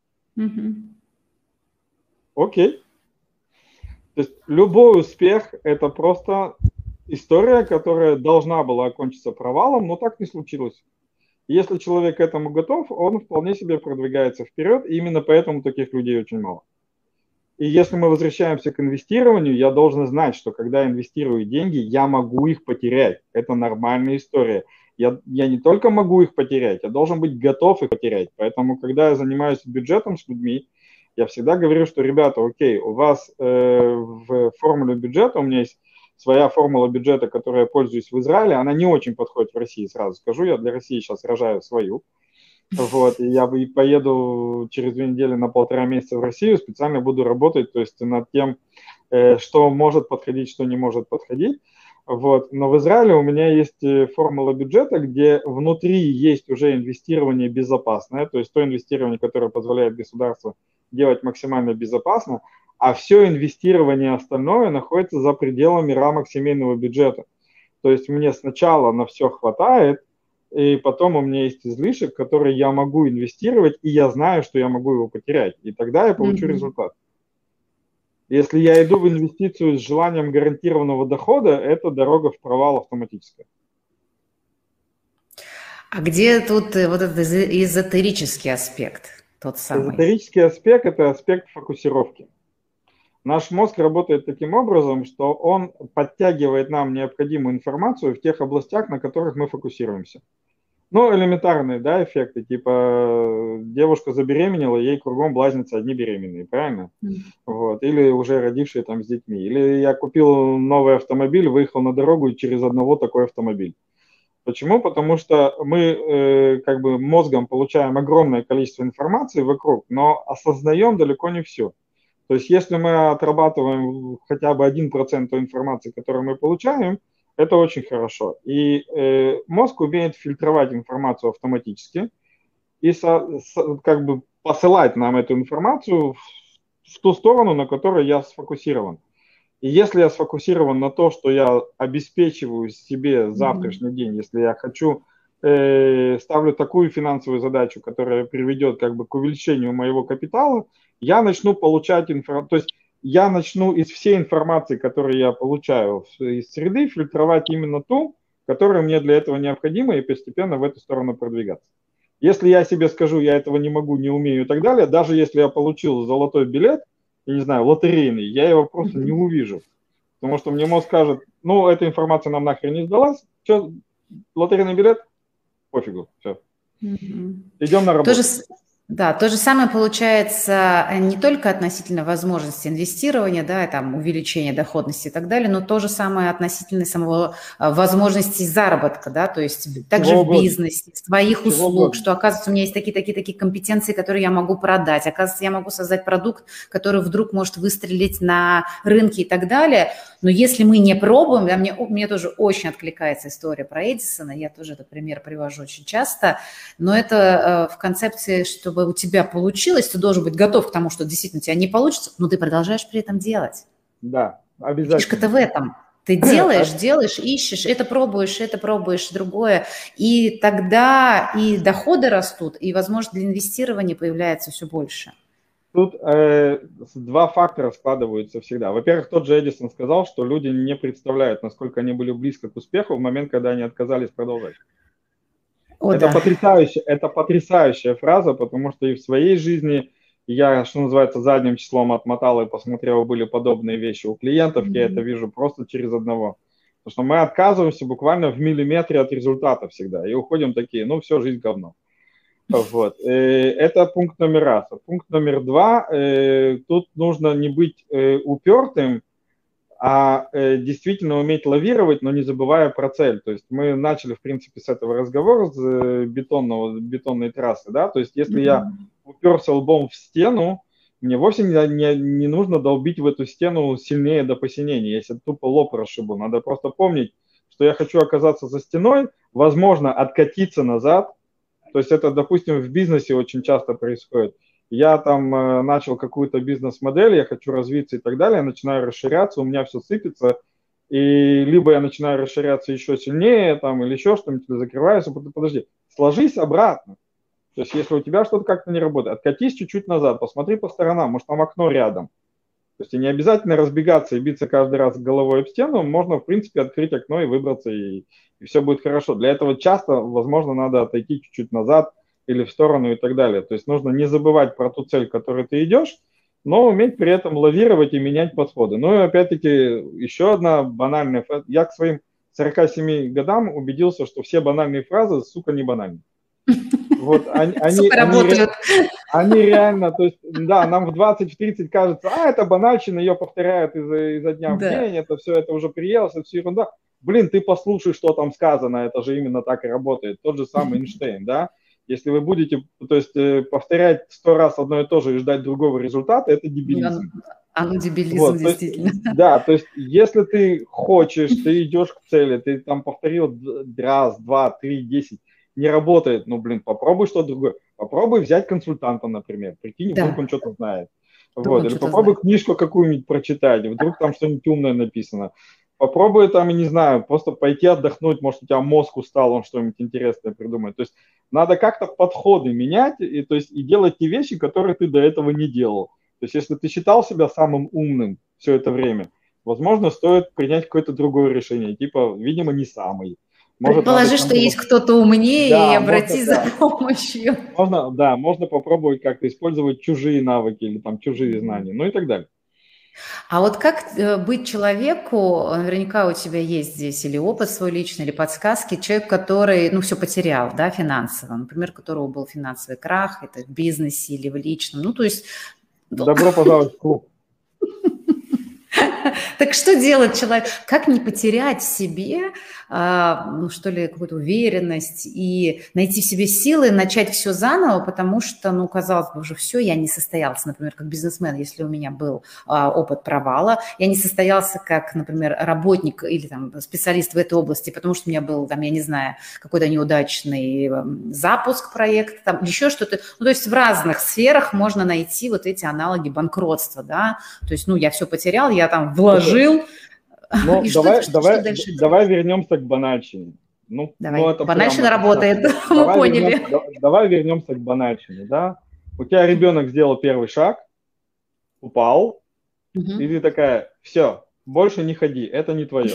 Окей. То есть любой успех – это просто история, которая должна была окончиться провалом, но так не случилось. Если человек к этому готов, он вполне себе продвигается вперед, и именно поэтому таких людей очень мало. И если мы возвращаемся к инвестированию, я должен знать, что когда я инвестирую деньги, я могу их потерять. Это нормальная история. Я не только могу их потерять, я должен быть готов их потерять. Поэтому, когда я занимаюсь бюджетом с людьми, я всегда говорю, что, ребята, окей, у вас в формуле бюджета у меня есть своя формула бюджета, которой я пользуюсь в Израиле, она не очень подходит в России, сразу скажу. Я для России сейчас рожаю свою. Вот, и я поеду через 2 недели на 1,5 месяца в Россию, специально буду работать, то есть над тем, что может подходить, что не может подходить. Вот. Но в Израиле у меня есть формула бюджета, где внутри есть уже инвестирование безопасное, то есть то инвестирование, которое позволяет государству делать максимально безопасно, а все инвестирование остальное находится за пределами рамок семейного бюджета. То есть мне сначала на все хватает, и потом у меня есть излишек, который я могу инвестировать, и я знаю, что я могу его потерять. И тогда я получу результат. Если я иду в инвестицию с желанием гарантированного дохода, это дорога в провал автоматическая. А где тут вот этот эзотерический аспект, тот самый? Эзотерический аспект – это аспект фокусировки. Наш мозг работает таким образом, что он подтягивает нам необходимую информацию в тех областях, на которых мы фокусируемся. Ну, элементарные, да, эффекты, типа девушка забеременела, ей кругом блазнятся одни беременные, правильно? Вот. Или уже родившие там с детьми. Или я купил новый автомобиль, выехал на дорогу и через одного такой автомобиль. Почему? Потому что мы как бы мозгом получаем огромное количество информации вокруг, но осознаем далеко не все. То есть если мы отрабатываем хотя бы 1% той информации, которую мы получаем, это очень хорошо. И мозг умеет фильтровать информацию автоматически и как бы посылать нам эту информацию в ту сторону, на которой я сфокусирован. И если я сфокусирован на то, что я обеспечиваю себе завтрашний день, если я хочу, ставлю такую финансовую задачу, которая приведет как бы к увеличению моего капитала, я начну получать информацию. То есть я начну из всей информации, которую я получаю из среды, фильтровать именно ту, которая мне для этого необходима, и постепенно в эту сторону продвигаться. Если я себе скажу, я этого не могу, не умею и так далее, даже если я получил золотой билет, я не знаю, лотерейный, я его просто не увижу. Потому что мне мозг скажет, ну, эта информация нам нахрен не сдалась, что, лотерейный билет? Пофигу, все. Идем на работу. Да, то же самое получается не только относительно возможности инвестирования, да, там, увеличения доходности и так далее, но то же самое относительно самого возможности заработка, да, то есть также в бизнесе, своих услуг, что, оказывается, у меня есть такие компетенции, которые я могу продать, оказывается, я могу создать продукт, который вдруг может выстрелить на рынке и так далее, но если мы не пробуем, да, мне тоже очень откликается история про Эдисона, я тоже этот пример привожу очень часто, но это в концепции, чтобы у тебя получилось, ты должен быть готов к тому, что действительно у тебя не получится, но ты продолжаешь при этом делать. Да, обязательно. Фишка-то в этом. Ты делаешь, ищешь, это пробуешь, другое. И тогда и доходы растут, и возможность для инвестирования появляется все больше. Тут два фактора складываются всегда. Во-первых, тот же Эдисон сказал, что люди не представляют, насколько они были близко к успеху в момент, когда они отказались продолжать. Это потрясающая фраза, потому что и в своей жизни я, что называется, задним числом отмотал и посмотрел, были подобные вещи у клиентов, я это вижу просто через одного. Потому что мы отказываемся буквально в миллиметре от результата всегда и уходим такие, ну все, жизнь говно. Вот. Это пункт номер раз. Пункт номер два, тут нужно не быть упертым, а действительно уметь лавировать, но не забывая про цель. То есть мы начали, в принципе, с этого разговора, с бетонной трассы, да, то есть если я уперся лбом в стену, мне вовсе не нужно долбить в эту стену сильнее до посинения, если тупо лоб расшибу. Надо просто помнить, что я хочу оказаться за стеной, возможно, откатиться назад. То есть это, допустим, в бизнесе очень часто происходит. Я там начал какую-то бизнес-модель, я хочу развиться и так далее, я начинаю расширяться, у меня все сыпется, и либо я начинаю расширяться еще сильнее, там, или еще что-нибудь, закрываюсь, подожди, сложись обратно. То есть если у тебя что-то как-то не работает, откатись чуть-чуть назад, посмотри по сторонам, может там окно рядом. То есть и не обязательно разбегаться и биться каждый раз головой об стену, можно, в принципе, открыть окно и выбраться, и все будет хорошо. Для этого часто, возможно, надо отойти чуть-чуть назад, или в сторону и так далее. То есть нужно не забывать про ту цель, к которой ты идешь, но уметь при этом лавировать и менять подходы. Ну и опять-таки еще одна банальная фраза. Я к своим 47 годам убедился, что все банальные фразы, сука, не банальны. Вот Сука работают. они реально, то есть, да, нам в 20-30 кажется, это банальщина, ее повторяют изо дня в Да. день, это все, это уже приелось, это все ерунда. Блин, ты послушай, что там сказано, это же именно так и работает. Тот же самый Эйнштейн, да? Если вы будете, то есть, повторять 100 раз одно и то же и ждать другого результата, это дебилизм. Дебилизм, Вот, то есть, действительно. да, то есть, если ты хочешь, ты идешь к цели, ты там повторил раз, два, три, 10, не работает, ну, блин, попробуй что-то другое. Попробуй взять консультанта, например, прикинь, вдруг Да, он что-то знает. вдруг Вот, он или что-то попробуй знает. книжку какую-нибудь прочитать, вдруг там что-нибудь умное написано. Попробуй там, я не знаю, просто пойти отдохнуть, может, у тебя мозг устал, он что-нибудь интересное придумает. То есть надо как-то подходы менять, и, то есть, и делать те вещи, которые ты до этого не делал. То есть если ты считал себя самым умным все это время, возможно, стоит принять какое-то другое решение, типа, видимо, не самый. Может, надо Предположи, что кому-то... есть кто-то умнее, и Да, можно, обратись за да. помощью. Можно попробовать как-то использовать чужие навыки или там чужие знания, ну и так далее. А вот как быть человеку, наверняка у тебя есть здесь или опыт свой личный, или подсказки, человек, который, ну, все потерял, да, финансово, например, у которого был финансовый крах, это в бизнесе или в личном, ну, то есть... Добро пожаловать в клуб. Так что делать человек? Как не потерять в себе, ну что ли, какую-то уверенность и найти в себе силы, начать все заново, потому что, ну, казалось бы, уже все, я не состоялся, например, как бизнесмен, если у меня был опыт провала, я не состоялся как, например, работник или там специалист в этой области, потому что у меня был, там, я не знаю, какой-то неудачный запуск проекта, там, еще что-то. Ну, то есть в разных сферах можно найти вот эти аналоги банкротства, да, то есть, ну, я все потерял, я там вложил. Ну, И что дальше давай делать? вернемся к банальщине. Ну, Давай. это прямо Банальщина сейчас. работает, мы поняли. Давай вернемся к банальщине, да? У тебя ребенок сделал первый шаг, упал, и ты такая, все, больше не ходи, это не твое.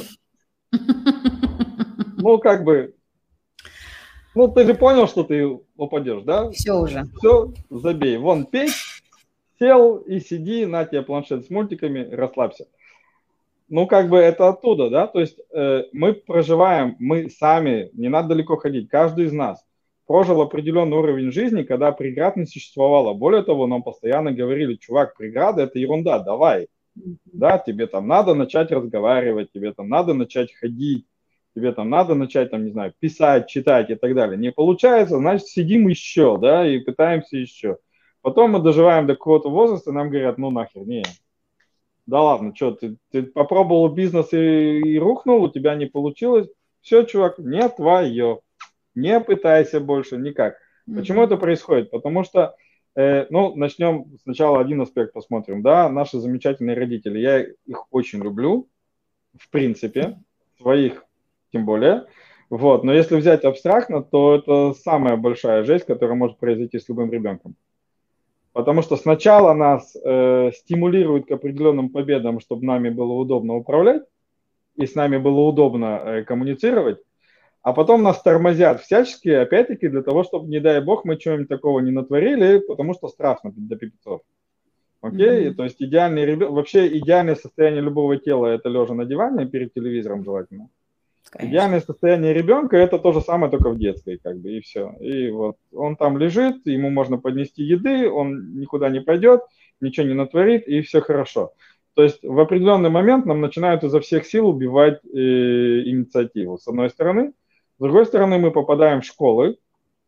Ну, как бы, ну, ты же понял, что ты упадешь, да? Все уже. Все, забей. Вон печь, сел и сиди, на тебе планшет с мультиками, расслабься. Ну, как бы это оттуда, да, то есть мы проживаем, мы сами, не надо далеко ходить, каждый из нас прожил определенный уровень жизни, когда преград не существовало. Более того, нам постоянно говорили, чувак, преграды – это ерунда, давай, да, тебе там надо начать разговаривать, тебе там надо начать ходить, тебе там надо начать, там, не знаю, писать, читать и так далее. Не получается, значит, сидим еще, да, и пытаемся еще. Потом мы доживаем до какого-то возраста, нам говорят, ну нахер, не, да ладно, что, ты попробовал бизнес и рухнул, у тебя не получилось. Все, чувак, не твое. Не пытайся больше никак. Почему это происходит? Потому что, ну, начнем сначала один аспект посмотрим, да, наши замечательные родители. Я их очень люблю, в принципе, своих тем более. Вот, но если взять абстрактно, то это самая большая жесть, которая может произойти с любым ребенком. Потому что сначала нас стимулируют к определенным победам, чтобы нами было удобно управлять, и с нами было удобно коммуницировать, а потом нас тормозят всячески, опять-таки, для того, чтобы, не дай бог, мы чего-нибудь такого не натворили, потому что страшно для пипецов. Окей? То есть вообще идеальное состояние любого тела – это лежа на диване перед телевизором желательно. Конечно. Идеальное состояние ребенка – это то же самое, только в детской, как бы, и все. И вот он там лежит, ему можно поднести еды, он никуда не пойдет, ничего не натворит, и все хорошо. То есть в определенный момент нам начинают изо всех сил убивать инициативу, с одной стороны. С другой стороны, мы попадаем в школы,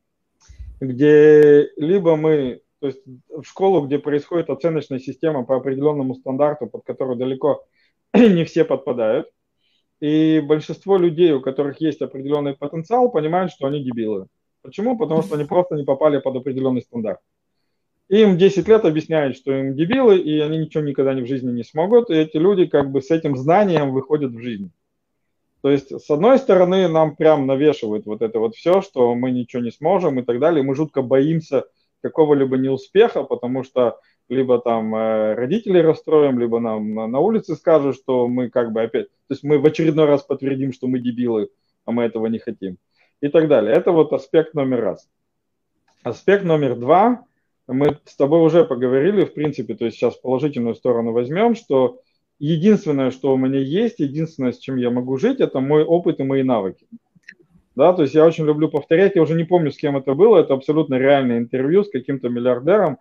где либо мы, то есть в школу, где происходит оценочная система по определенному стандарту, под которую далеко не все подпадают, и большинство людей, у которых есть определенный потенциал, понимают, что они дебилы. Почему? Потому что они просто не попали под определенный стандарт. Им 10 лет объясняют, что им дебилы, и они ничего никогда в жизни не смогут, и эти люди как бы с этим знанием выходят в жизнь. То есть, с одной стороны, нам прям навешивают вот это вот все, что мы ничего не сможем и так далее. Мы жутко боимся какого-либо неуспеха, потому что либо там родителей расстроим, либо нам на улице скажут, что мы как бы опять... То есть мы в очередной раз подтвердим, что мы дебилы, а мы этого не хотим. И так далее. Это вот аспект номер раз. Аспект номер два. Мы с тобой уже поговорили, в принципе, то есть сейчас положительную сторону возьмем, что единственное, что у меня есть, единственное, с чем я могу жить, это мой опыт и мои навыки. Да, то есть я очень люблю повторять, я уже не помню, с кем это было, это абсолютно реальное интервью с каким-то миллиардером,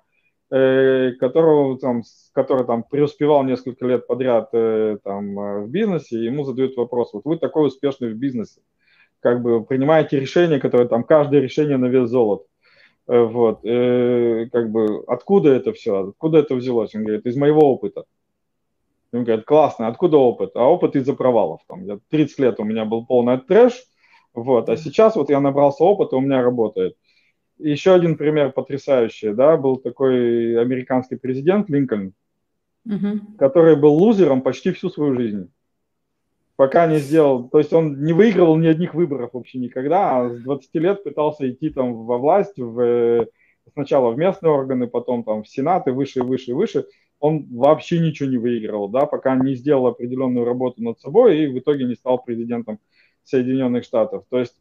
который там преуспевал несколько лет подряд в бизнесе, и ему задают вопрос, вот вы такой успешный в бизнесе, как бы принимаете решения, которые там, каждое решение на вес золота. Вот, как бы, откуда это все, откуда это взялось? Он говорит, из моего опыта. Он говорит, классно, откуда опыт? А опыт из-за провалов. Там, 30 лет у меня был полный трэш, вот, а сейчас вот я набрался опыта, у меня работает. И еще один пример потрясающий, да, был такой американский президент Линкольн, который был лузером почти всю свою жизнь. Пока не сделал, то есть он не выигрывал ни одних выборов вообще никогда, а с 20 лет пытался идти там во власть, сначала в местные органы, потом там в Сенат и выше, и выше, и выше. Он вообще ничего не выигрывал, да, пока не сделал определенную работу над собой и в итоге не стал президентом Соединенных Штатов. То есть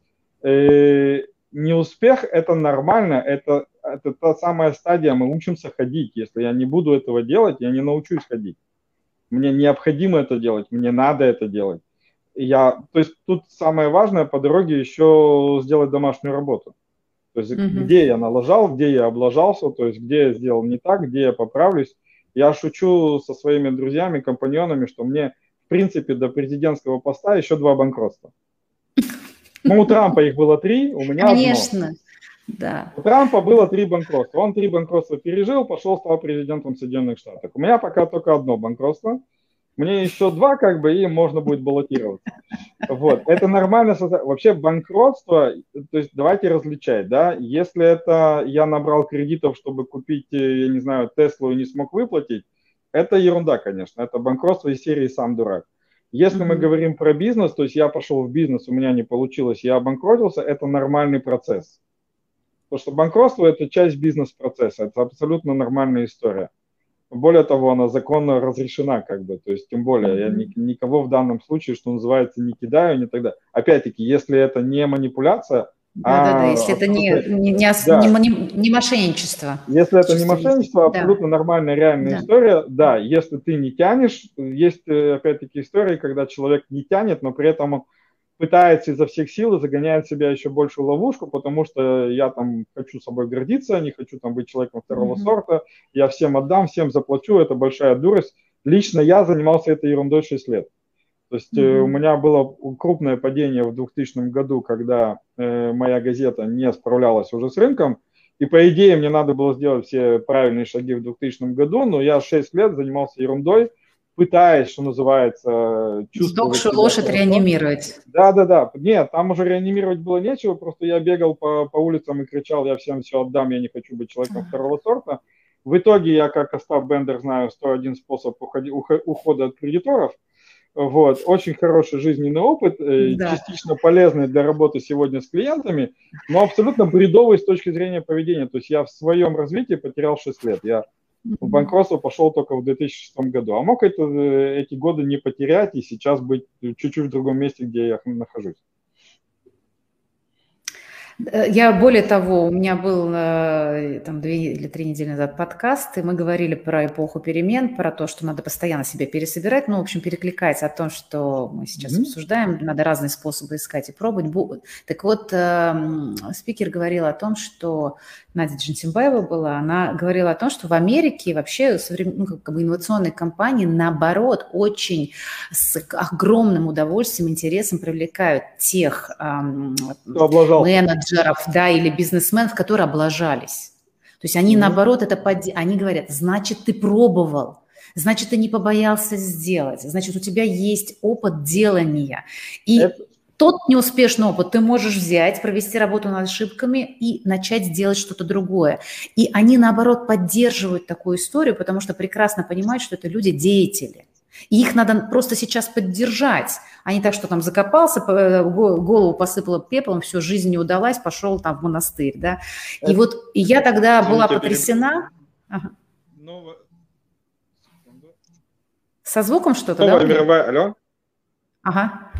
неуспех – это нормально, это та самая стадия, мы учимся ходить. Если я не буду этого делать, я не научусь ходить. Мне необходимо это делать, мне надо это делать. То есть тут самое важное по дороге еще сделать домашнюю работу. То есть где я налажал, где я облажался, то есть где я сделал не так, где я поправлюсь. Я шучу со своими друзьями, компаньонами, что мне, в принципе, до президентского поста еще 2 банкротства. Ну, у Трампа их было 3, у меня Конечно, одно. Да. У Трампа было 3 банкротства. Он 3 банкротства пережил, пошел, стал президентом Соединенных Штатов. У меня пока только одно банкротство. Мне еще 2, как бы, и можно будет баллотироваться. Вот, это нормально. Вообще банкротство, то есть давайте различать, да, если это я набрал кредитов, чтобы купить, я не знаю, Теслу и не смог выплатить, это ерунда, конечно, это банкротство из серии «сам дурак». Если мы говорим про бизнес, то есть я пошел в бизнес, у меня не получилось, я обанкротился, это нормальный процесс. Потому что банкротство – это часть бизнес-процесса, это абсолютно нормальная история. Более того, она законно разрешена, как бы, то есть тем более я никого в данном случае, что называется, не кидаю, не тогда. Опять-таки, если это не манипуляция, если это не мошенничество. Если это не мошенничество, абсолютно нормальная, реальная история. Да, если ты не тянешь, есть, опять-таки, истории, когда человек не тянет, но при этом он пытается изо всех сил и загоняет себя еще больше в ловушку, потому что я там хочу собой гордиться, не хочу там быть человеком второго сорта, я всем отдам, всем заплачу, это большая дурость. Лично я занимался этой ерундой 6 лет. То есть у меня было крупное падение в 2000 году, когда моя газета не справлялась уже с рынком, и по идее мне надо было сделать все правильные шаги в 2000 году, но я 6 лет занимался ерундой, пытаясь, что называется, чувствовать... Сдохшую лошадь реанимировать. Да. Нет, там уже реанимировать было нечего, просто я бегал по улицам и кричал, я всем все отдам, я не хочу быть человеком второго сорта. В итоге я, как Остап Бендер, знаю 101 способ ухода от кредиторов. Вот, очень хороший жизненный опыт, частично полезный для работы сегодня с клиентами, но абсолютно бредовый с точки зрения поведения. То есть я в своем развитии потерял 6 лет. Я в банкротство пошел только в 2006 году. А мог эти годы не потерять и сейчас быть чуть-чуть в другом месте, где я нахожусь. Я, более того, у меня был там 2 или 3 недели назад подкаст, и мы говорили про эпоху перемен, про то, что надо постоянно себя пересобирать. Ну, в общем, перекликается о том, что мы сейчас обсуждаем. Надо разные способы искать и пробовать. Так вот, спикер говорил о том, что Надя Джентимбаева была, она говорила о том, что в Америке вообще инновационные компании, наоборот, очень с огромным удовольствием, интересом привлекают тех менеджеров, да, или бизнесменов, которые облажались. То есть они, наоборот, они говорят, значит, ты пробовал, значит, ты не побоялся сделать, значит, у тебя есть опыт делания. И тот неуспешный опыт ты можешь взять, провести работу над ошибками и начать делать что-то другое. И они, наоборот, поддерживают такую историю, потому что прекрасно понимают, что это люди-деятели. И их надо просто сейчас поддержать, а не так, что там закопался, голову посыпало пеплом, все, жизнь не удалась, пошел там в монастырь, да. И я тогда была потрясена. Ага. Со звуком что-то, да? Мировая... Алло? Ага.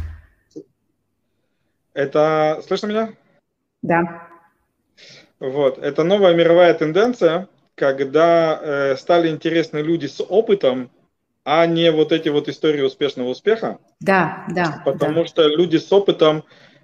Это... Слышно меня? Да. Вот. Это новая мировая тенденция, когда стали интересны люди с опытом, а не вот эти вот истории успешного успеха. Да. Потому что люди с опытом,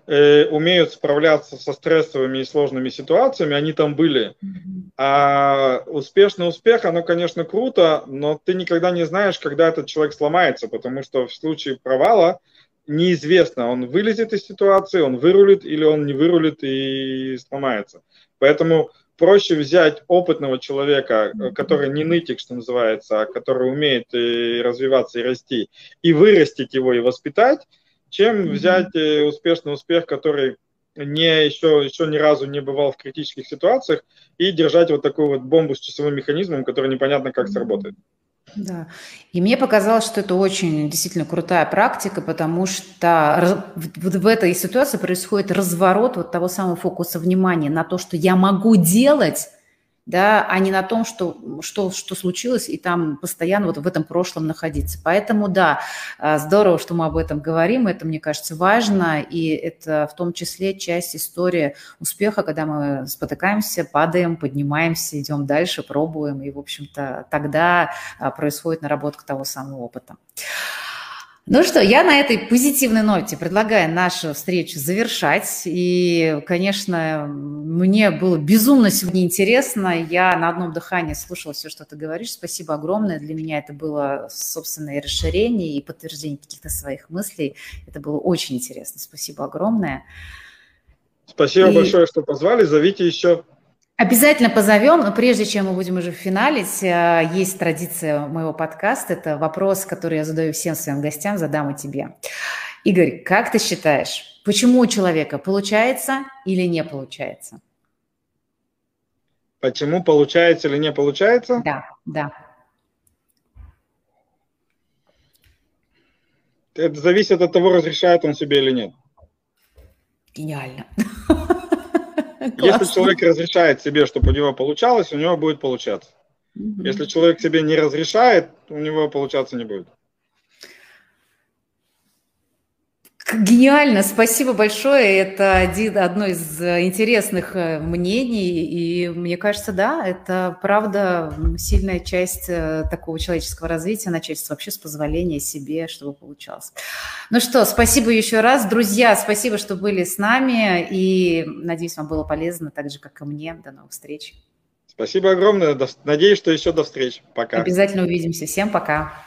умеют справляться со стрессовыми и сложными ситуациями, они там были. А успешный успех, оно, конечно, круто, но ты никогда не знаешь, когда этот человек сломается, потому что в случае провала неизвестно, он вылезет из ситуации, он вырулит или он не вырулит и сломается. Поэтому проще взять опытного человека, который не нытик, что называется, а который умеет и развиваться и расти, и вырастить его и воспитать, чем взять успешный успех, который еще ни разу не бывал в критических ситуациях, и держать вот такую вот бомбу с часовым механизмом, который непонятно как сработает. Да, и мне показалось, что это очень действительно крутая практика, потому что в этой ситуации происходит разворот вот того самого фокуса внимания на то, что я могу делать, да, а не на том, что случилось, и там постоянно вот в этом прошлом находиться. Поэтому, да, здорово, что мы об этом говорим, это, мне кажется, важно, и это в том числе часть истории успеха, когда мы спотыкаемся, падаем, поднимаемся, идем дальше, пробуем, и, в общем-то, тогда происходит наработка того самого опыта. Ну что, я на этой позитивной ноте предлагаю нашу встречу завершать. И, конечно, мне было безумно сегодня интересно. Я на одном дыхании слушала все, что ты говоришь. Спасибо огромное. Для меня это было собственное расширение и подтверждение каких-то своих мыслей. Это было очень интересно. Спасибо огромное. Спасибо большое, что позвали. Зовите еще. Обязательно позовем, но прежде чем мы будем уже финалить, есть традиция моего подкаста, это вопрос, который я задаю всем своим гостям, задам и тебе. Игорь, как ты считаешь, почему у человека получается или не получается? Почему получается или не получается? Да. Это зависит от того, разрешает он себе или нет. Гениально. Если человек разрешает себе, чтобы у него получалось, у него будет получаться. Если человек себе не разрешает, у него получаться не будет. Гениально, спасибо большое. Это одно из интересных мнений. И мне кажется, да, это правда сильная часть такого человеческого развития, начать вообще с позволения себе, чтобы получалось. Ну что, спасибо еще раз. Друзья, спасибо, что были с нами. И надеюсь, вам было полезно, так же, как и мне. До новых встреч. Спасибо огромное. Надеюсь, что еще до встречи. Пока. Обязательно увидимся. Всем пока.